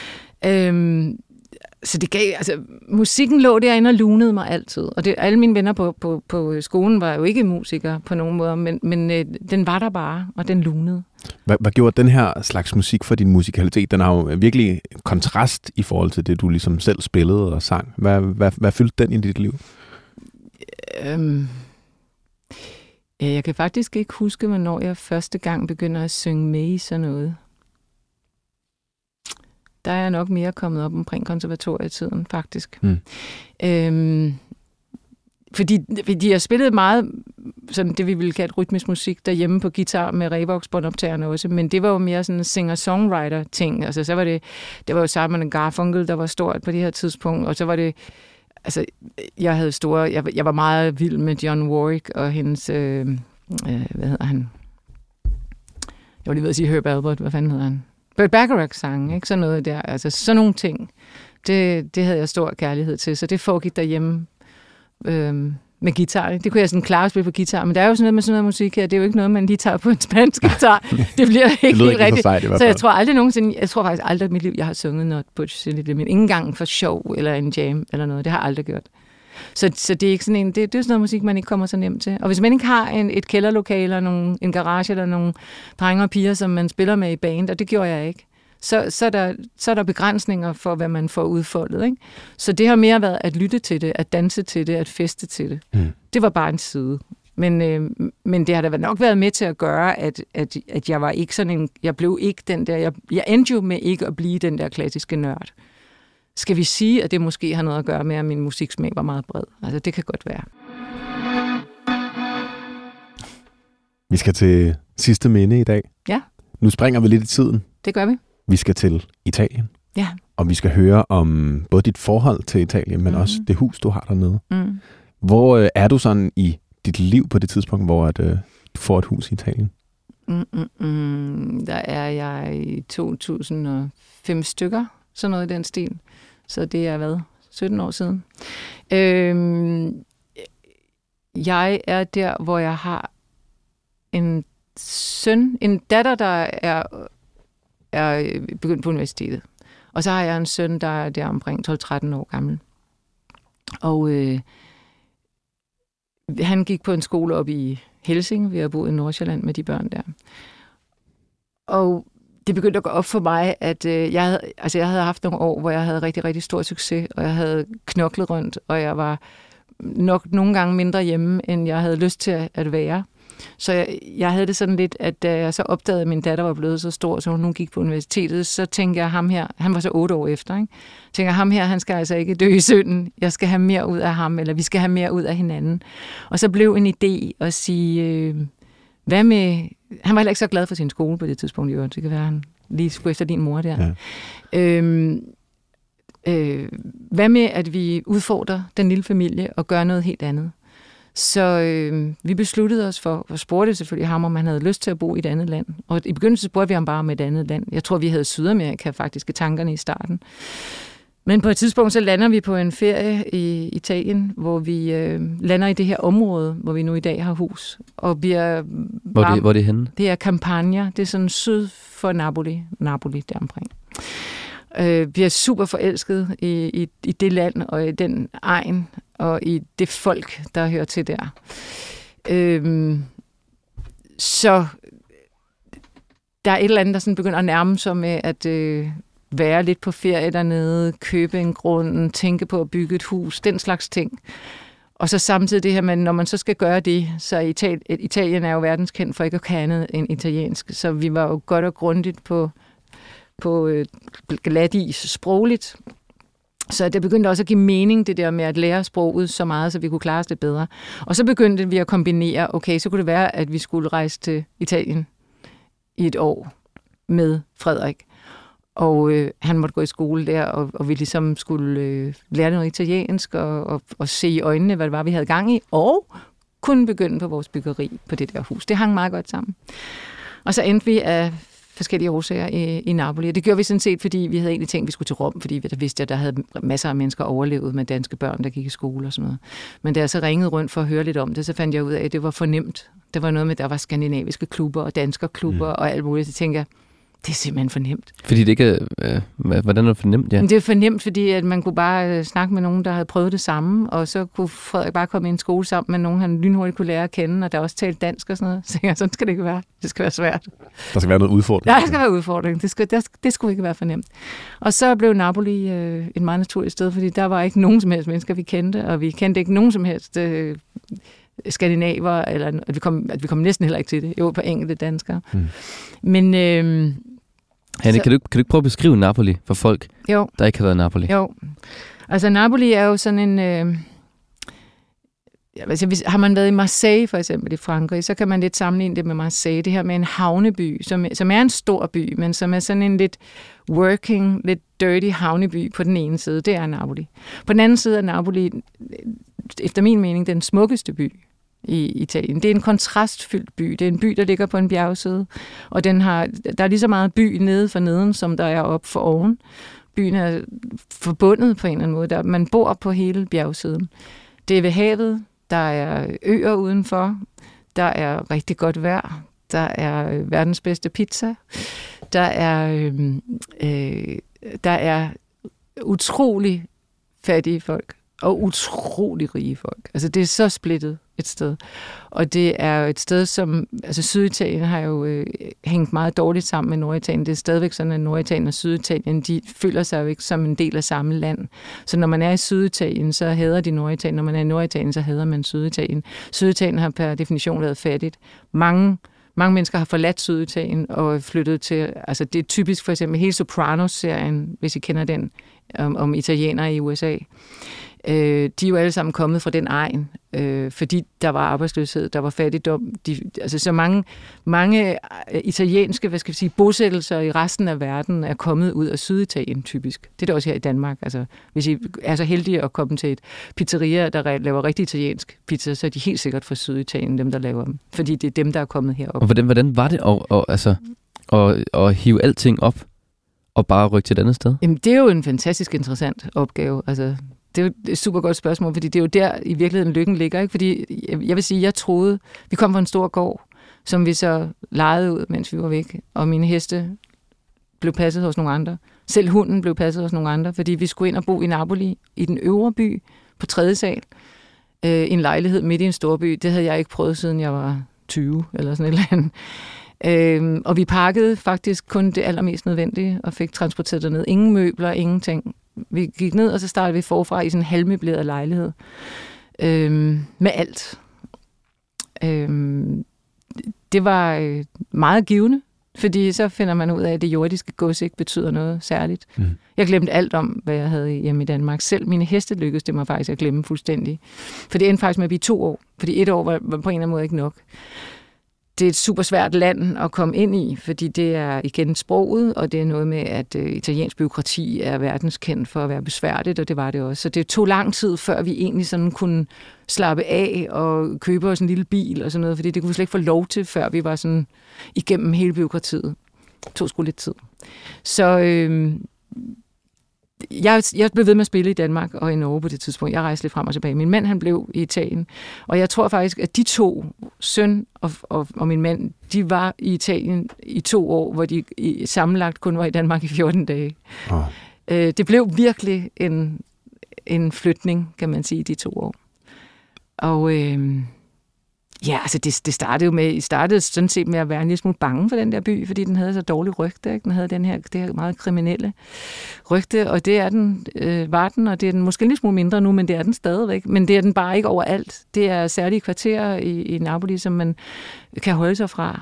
Så det gav, altså musikken lå derinde og lunede mig altid. Og alle mine venner på skolen var jo ikke musikere på nogen måde, men den var der bare, og den lunede. Hvad gjorde den her slags musik for din musikalitet? Den har jo virkelig kontrast i forhold til det, du ligesom selv spillede og sang. Hvad fyldte den i dit liv? Jeg kan faktisk ikke huske, hvornår jeg første gang begynder at synge med i sådan noget. Der er jeg nok mere kommet op omkring konservatorietiden, faktisk. Fordi jeg spillede meget sådan det, vi ville kalde rytmisk musik derhjemme på guitar med Revox-båndoptagerne også, men det var jo mere sådan en singer-songwriter-ting. Altså, så var det var jo Simon & Garfunkel, der var stort på det her tidspunkt, og så var det altså, jeg var meget vild med Dionne Warwick og hendes, hvad hedder han? Jeg var lige ved at sige Herb Alpert, hvad fanden hedder han? Burt Bacharach-sang, ikke? Sådan noget der. Altså, sådan nogle ting. Det havde jeg stor kærlighed til, så det foregik derhjemme med guitar. Det kunne jeg sådan klare at spille på guitar, men der er jo sådan noget med sådan noget musik her. Det er jo ikke noget, man lige tager på en spansk guitar. Det bliver ikke helt rigtigt. Så jeg tror faktisk aldrig i mit liv, jeg har sunget Not Butch Silly, men ikke engang for sjov eller en jam eller noget. Det har jeg aldrig gjort. Så det er ikke sådan en, det er sådan noget musik, man ikke kommer så nemt til. Og hvis man ikke har et kælderlokale eller en garage eller nogle drenge og piger, som man spiller med i band, og det gjorde jeg ikke, så er der begrænsninger for, hvad man får udfoldet, ikke? Så det har mere været at lytte til det, at danse til det, at feste til det. Det var bare en side. Men det har da nok været med til at gøre, at jeg var ikke sådan en, jeg blev ikke den der, jeg endte jo med ikke at blive den der klassiske nørd. skal vi sige, at det måske har noget at gøre med, at min musiksmag var meget bred. Altså, det kan godt være. Vi skal til sidste minde i dag. Ja. Nu springer vi lidt i tiden. Det gør vi. Vi skal til Italien. Ja. Og vi skal høre om både dit forhold til Italien, men også det hus, du har dernede. Mm. Hvor er du sådan i dit liv på det tidspunkt, hvor du får et hus i Italien? Der er jeg i 2005 stykker, sådan noget i den stil. Så det er hvad? 17 år siden. Jeg er der, hvor jeg har en datter, der er begyndt på universitetet. Og så har jeg en søn, der er der omkring 12-13 år gammel. Og han gik på en skole op i Helsinge. Vi har boet i Nordsjælland med de børn der. Og det begyndte at gå op for mig, at jeg havde haft nogle år, hvor jeg havde rigtig, rigtig stor succes, og jeg havde knoklet rundt, og jeg var nok nogle gange mindre hjemme, end jeg havde lyst til at være. Så jeg havde det sådan lidt, at da jeg så opdagede, at min datter var blevet så stor, så hun nu gik på universitetet, så tænkte jeg, ham her, han var så 8 år efter, ikke? Tænker ham her, han skal altså ikke dø i synden. Jeg skal have mere ud af ham, eller vi skal have mere ud af hinanden. Og så blev en idé at sige, hvad med... Han var heller ikke så glad for sin skole på det tidspunkt, jo. Det kan være, han lige skulle efter din mor der. Ja. Hvad med, at vi udfordrer den lille familie og gør noget helt andet? Så vi besluttede os for, og spurgte selvfølgelig ham, om han havde lyst til at bo i et andet land. Og i begyndelsen spurgte vi ham bare om et andet land. Jeg tror, vi havde Sydamerika faktisk i tankerne i starten. Men på et tidspunkt, så lander vi på en ferie i Italien, hvor vi lander i det her område, hvor vi nu i dag har hus. Og bliver hvor er det henne? Det er Campania. Det er sådan syd for Napoli deromkring. Vi er super forelsket i det land og i den egen og i det folk, der hører til der. Så der er et eller andet, der sådan begynder at nærme sig med at være lidt på ferie dernede, købe en grund, tænke på at bygge et hus, den slags ting. Og så samtidig det her med, når man så skal gøre det, så Italien er jo verdenskendt for ikke at kan andet end italiensk, så vi var jo godt og grundigt på glatis sprogligt. Så det begyndte også at give mening, det der med at lære sproget så meget, så vi kunne klare os det bedre. Og så begyndte vi at kombinere, okay, så kunne det være, at vi skulle rejse til Italien i et år med Frederik. Og han måtte gå i skole der, og vi ligesom skulle lære noget italiensk og se i øjnene, hvad det var, vi havde gang i, og kunne begynde på vores byggeri på det der hus. Det hang meget godt sammen. Og så endte vi af forskellige årsager i Napoli. Og det gjorde vi sådan set, fordi vi havde egentlig tænkt, at vi skulle til Rom, fordi vi vidste, at der havde masser af mennesker overlevet med danske børn, der gik i skole og sådan noget. Men da jeg så ringede rundt for at høre lidt om det, så fandt jeg ud af, at det var for nemt. Det var noget med, der var skandinaviske klubber og danskerklubber og alt muligt. Så tænkte jeg, det er simpelthen for nemt. Fordi det ikke hvordan er det for nemt? Ja? Det er for nemt, fordi at man kunne bare snakke med nogen, der havde prøvet det samme, og så kunne Frederik bare komme i en skole sammen med nogen, han lynhurtigt kunne lære at kende, og der også talte dansk og sådan noget. Så tænkte jeg, sådan skal det ikke være. Det skal være svært. Der skal være noget udfordring. Ja, der skal være udfordring. Det skulle ikke være for nemt. Og så blev Napoli et meget naturligt sted, fordi der var ikke nogen som helst mennesker, vi kendte, og vi kendte ikke nogen som helst skandinaver, eller at vi kom næsten heller ikke til det. Jo, på enkelte danskere. Men Hanne, kan du ikke prøve at beskrive Napoli for folk, der ikke har været i Napoli? Jo. Altså, Napoli er jo sådan en... har man været i Marseille, for eksempel, i Frankrig, så kan man lidt sammenligne det med Marseille. Det her med en havneby, som er en stor by, men som er sådan en lidt working, lidt dirty havneby på den ene side. Det er Napoli. På den anden side er Napoli, efter min mening, den smukkeste by i Italien. Det er en kontrastfyldt by. Det er en by, der ligger på en bjergside, og der er lige så meget by nede for neden, som der er op for oven. Byen er forbundet på en eller anden måde. Man bor på hele bjergsiden. Det er ved havet. Der er øer udenfor. Der er rigtig godt vejr. Der er verdens bedste pizza. Der er utrolig fattige folk og utrolig rige folk. Altså, det er så splittet et sted. Og det er et sted, som... Altså, Syditalien har jo hængt meget dårligt sammen med Norditalien. Det er stadigvæk sådan, at Norditalien og Syditalien, de føler sig jo ikke som en del af samme land. Så når man er i Syditalien, så hader de Norditalien. Når man er i Norditalien, så hader man Syditalien. Syditalien har per definition været fattigt. Mange mange mennesker har forladt Syditalien og flyttet til, altså det er typisk for eksempel hele Sopranos-serien, hvis I kender den, om italienere i USA. De er jo alle sammen kommet fra den egen, fordi der var arbejdsløshed, der var fattigdom. Altså så mange italienske, hvad skal vi sige, bosættelser i resten af verden er kommet ud af Syditalien typisk. Det er det også her i Danmark. Altså, hvis I er så heldige at komme til et pizzeria, der laver rigtig italiensk pizza, så er de helt sikkert fra Syditalien, dem der laver dem. Fordi det er dem, der er kommet herop. Og hvordan var det at hive alting op og bare rykke til et andet sted? Jamen, det er jo en fantastisk interessant opgave. Altså, det er jo et super godt spørgsmål, fordi det er jo der i virkeligheden lykken ligger. Ikke? Fordi jeg vil sige, jeg troede, vi kom fra en stor gård, som vi så legede ud, mens vi var væk. Og mine heste blev passet hos nogle andre. Selv hunden blev passet hos nogle andre, fordi vi skulle ind og bo i Napoli, i den øvre by, på 3. sal. I en lejlighed midt i en storby. Det havde jeg ikke prøvet, siden jeg var 20 eller sådan et eller andet. Og vi pakkede faktisk kun det allermest nødvendige, og fik transporteret derned. Ingen møbler, ingenting. Vi gik ned, og så startede vi forfra i sådan en halvmøbleret lejlighed. Med alt. Det var meget givende, fordi så finder man ud af, at det jordiske gods ikke betyder noget særligt. Jeg glemte alt om, hvad jeg havde hjemme i Danmark. Selv mine heste lykkedes det mig faktisk at glemme fuldstændig. For det endte faktisk med at blive 2 år. Fordi 1 år var på en eller anden måde ikke nok. Det er et super svært land at komme ind i, fordi det er igen sproget, og det er noget med, at italiensk bureaukrati er verdenskendt for at være besværligt, og det var det også. Så det tog lang tid, før vi egentlig sådan kunne slappe af og købe os en lille bil og sådan noget, fordi det kunne vi slet ikke få lov til, før vi var sådan igennem hele bureaukratiet. Det tog sgu lidt tid. Så jeg blev ved med at spille i Danmark og i Norge på det tidspunkt. Jeg rejste lidt frem og tilbage. Min mand, han blev i Italien. Og jeg tror faktisk, at de 2, søn og min mand, de var i Italien i 2 år, hvor de sammenlagt kun var i Danmark i 14 dage. Oh. Det blev virkelig en flytning, kan man sige, de 2 år. Og ja, altså det startede sådan set med at være en lille smule bange for den der by, fordi den havde så dårlig rygte, ikke? Den havde det her meget kriminelle rygte, og det er den, var den, og det er den måske en lille smule mindre nu, men det er den stadigvæk. Men det er den bare ikke overalt. Det er særlige kvarterer i Napoli, som man kan holde sig fra,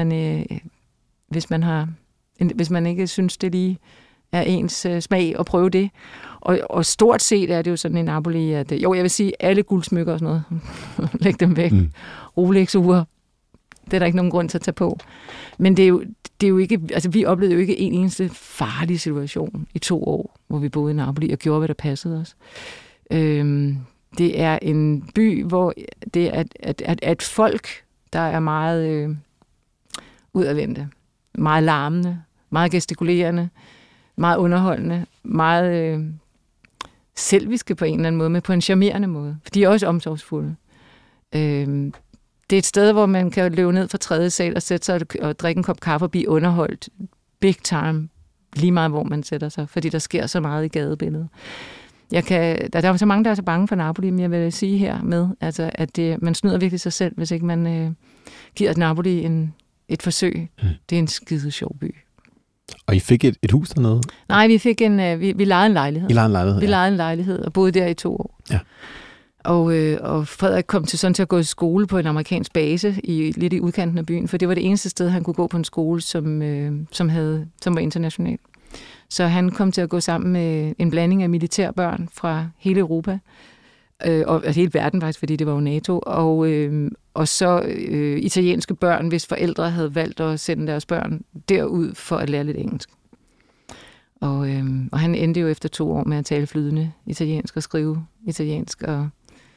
hvis man ikke synes, det lige er ens smag at prøve det. Og stort set er det jo sådan i Napoli, at jeg vil sige, alle guldsmykker og sådan noget, læg dem væk. Rolex-ure, det er der ikke nogen grund til at tage på. Men det er jo ikke, altså vi oplevede jo ikke en eneste farlig situation i 2 år, hvor vi boede i Napoli og gjorde, hvad der passede os. Det er en by, hvor det er et folk, der er meget udadvendte, meget larmende, meget gestikulerende, meget underholdende, meget selviske på en eller anden måde, men på en charmerende måde. For de er også omsorgsfulde. Det er et sted, hvor man kan løbe ned fra 3. sal og sætte sig og drikke en kop kaffe og blive underholdt big time, lige meget hvor man sætter sig, fordi der sker så meget i gadebilledet. Der er så mange, der er så bange for Napoli, men jeg vil sige her med, altså, at man snyder virkelig sig selv, hvis ikke man giver Napoli et forsøg. Det er en skide sjov by. Og I fik et hus dernede? Nej, vi fik vi lejede en lejlighed. I lejede en lejlighed, Vi lejede en lejlighed og boede der i 2 år. Ja. Og Frederik kom til at gå i skole på en amerikansk base lidt i udkanten af byen, for det var det eneste sted, han kunne gå på en skole, som var international. Så han kom til at gå sammen med en blanding af militærbørn fra hele Europa, og hele verden faktisk, fordi det var jo NATO, og så italienske børn, hvis forældre havde valgt at sende deres børn derud for at lære lidt engelsk. Og han endte jo efter 2 år med at tale flydende italiensk og skrive italiensk, og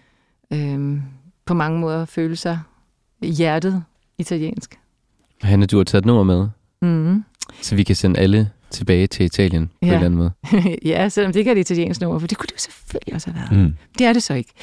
på mange måder føle sig i hjertet italiensk. Hanne, du har taget et nummer med, så vi kan sende alle tilbage til Italien på en eller anden måde. Ja, selvom det ikke er et italiensk nummer, for det kunne det jo selvfølgelig også have været. Det er det så ikke.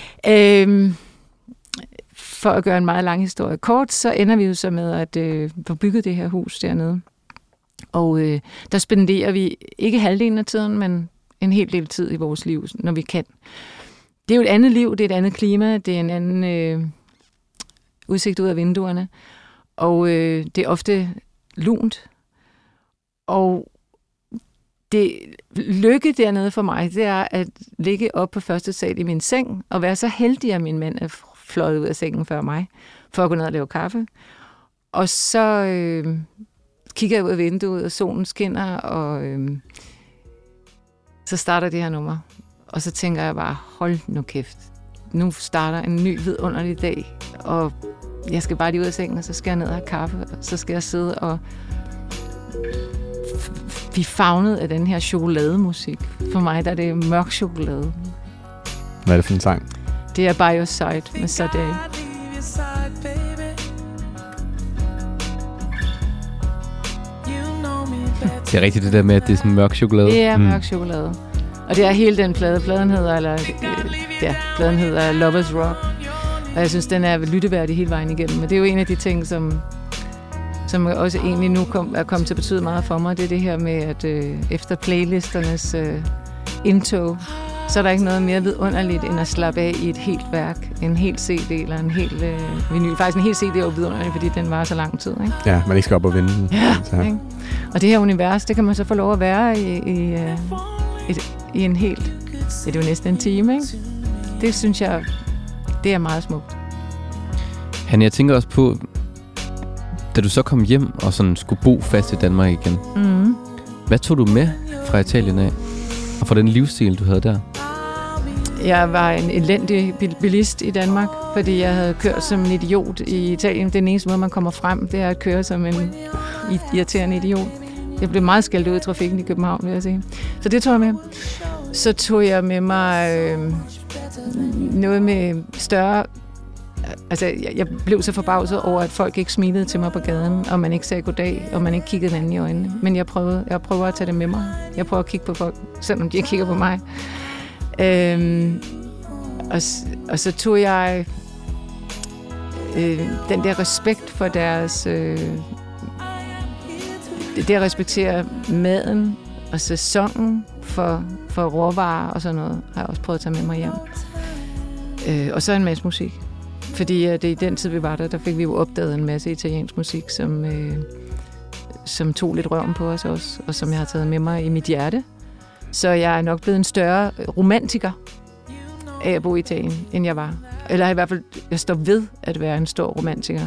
For at gøre en meget lang historie kort, så ender vi jo så med at få bygget det her hus dernede. Og der spenderer vi ikke halvdelen af tiden, men en hel del tid i vores liv, når vi kan. Det er jo et andet liv, det er et andet klima, det er en anden udsigt ud af vinduerne, og det er ofte lunt. Og det lykke dernede for mig, det er at ligge op på 1. sal i min seng, og være så heldig, at min mand er fløjet ud af sengen før mig, for at gå ned og lave kaffe. Og så kigger jeg ud af vinduet, og solen skinner, og så starter det her nummer. Og så tænker jeg bare, hold nu kæft. Nu starter en ny vidunderlig dag, og jeg skal bare lige ud af sengen, og så skal jeg ned og have kaffe, og så skal jeg sidde og blive favnet af den her chokolademusik. For mig der er det mørk chokolade. Hvad er det for en sang? Det er By Your Side med Sade. Det er rigtigt det der med, at det er sådan mørk chokolade. Det er mørk chokolade. Og det er hele den plade. Pladen hedder Lovers Rock. Og jeg synes, den er lytteværdig hele vejen igennem. Men det er jo en af de ting, som også egentlig nu er kommet til at betyde meget for mig. Det er det her med, at efter playlisternes indtog, så er der ikke noget mere vidunderligt, end at slappe af i et helt værk. En hel CD eller en hel vinyl. Faktisk en hel CD er jo vidunderligt, fordi den var så lang tid. Ikke? Ja, man ikke skal op og vende den. Ja, ikke? Og det her univers, det kan man så få lov at være i en helt... Det er jo næsten en time, ikke? Det synes jeg, det er meget smukt. Hanne, jeg tænker også på, da du så kom hjem og sådan skulle bo fast i Danmark igen. Mm. Hvad tog du med fra Italien af? Og fra den livsstil, du havde der? Jeg var en elendig bilist i Danmark, fordi jeg havde kørt som en idiot i Italien. Den eneste måde, man kommer frem, det er at køre som en irriterende idiot. Jeg blev meget skældt ud i trafikken i København, vil jeg sige. Så det tog jeg med. Så tog jeg med mig noget med større... Altså, jeg blev så forbavset over, at folk ikke smilede til mig på gaden, og man ikke sagde goddag, og man ikke kiggede den anden i øjnene. Men jeg prøver at tage det med mig. Jeg prøver at kigge på folk, selvom de ikke kigger på mig. Og så tog jeg den der respekt for deres... det at respektere maden og sæsonen for råvarer og sådan noget, har jeg også prøvet at tage med mig hjem. Og så en masse musik. Fordi det i den tid, vi var der fik vi jo opdaget en masse italiensk musik, som tog lidt røven på os også, og som jeg har taget med mig i mit hjerte. Så jeg er nok blevet en større romantiker af at bo i Italien, end jeg var. Eller i hvert fald, jeg står ved at være en stor romantiker.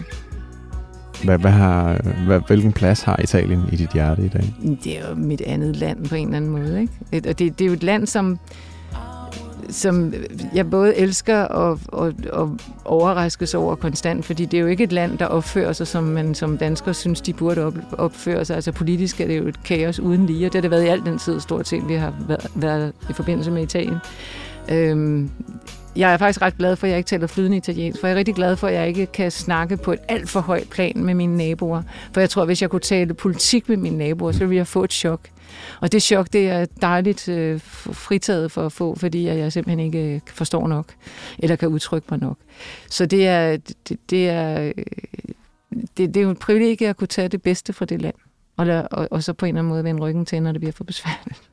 Hvilken plads har Italien i dit hjerte i dag? Det er jo mit andet land på en eller anden måde, ikke? Og det er jo et land, som jeg både elsker og overraskes over konstant, fordi det er jo ikke et land, der opfører sig, som man som dansker synes, de burde opføre sig. Altså politisk er det jo et kaos uden lige, og det har det været i al den tid, stort set, vi har været i forbindelse med Italien. Jeg er faktisk ret glad for, at jeg ikke taler flydende italiensk, for jeg er rigtig glad for, at jeg ikke kan snakke på et alt for højt plan med mine naboer. For jeg tror, at hvis jeg kunne tale politik med mine naboer, så ville jeg få et chok. Og det chok, det er dejligt fritaget for at få, fordi jeg simpelthen ikke forstår nok, eller kan udtrykke mig nok. Så det er jo et privilegie at kunne tage det bedste fra det land, og så på en eller anden måde vende ryggen til, når det bliver for besværligt.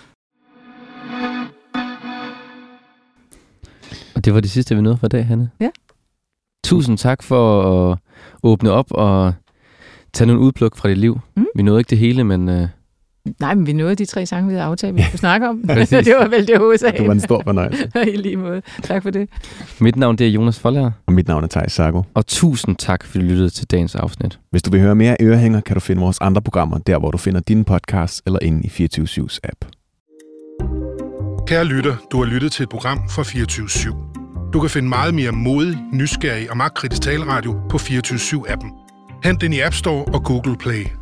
Og det var det sidste, vi nåede for i dag, Hanne. Ja. Tusind tak for at åbne op og tage nogle udpluk fra dit liv. Mm. Vi nåede ikke det hele, men... Nej, men vi nåede de 3 sange, vi havde aftalt, vi skulle snakke om. Det var vel det hovedsagelige. Det var en stor fornøjelse. I lige måde. Tak for det. Mit navn det er Jonas Foldager. Og mit navn er Theis Sago. Og tusind tak, fordi du lyttede til dagens afsnit. Hvis du vil høre mere Ørehænger, kan du finde vores andre programmer, der hvor du finder dine podcasts, eller inde i 24/7's app. Kære lytter, du har lyttet til et program fra 24/7. Du kan finde meget mere modig, nysgerrig og magtkritisk taleradio på 24/7-appen. Hent den i App Store og Google Play.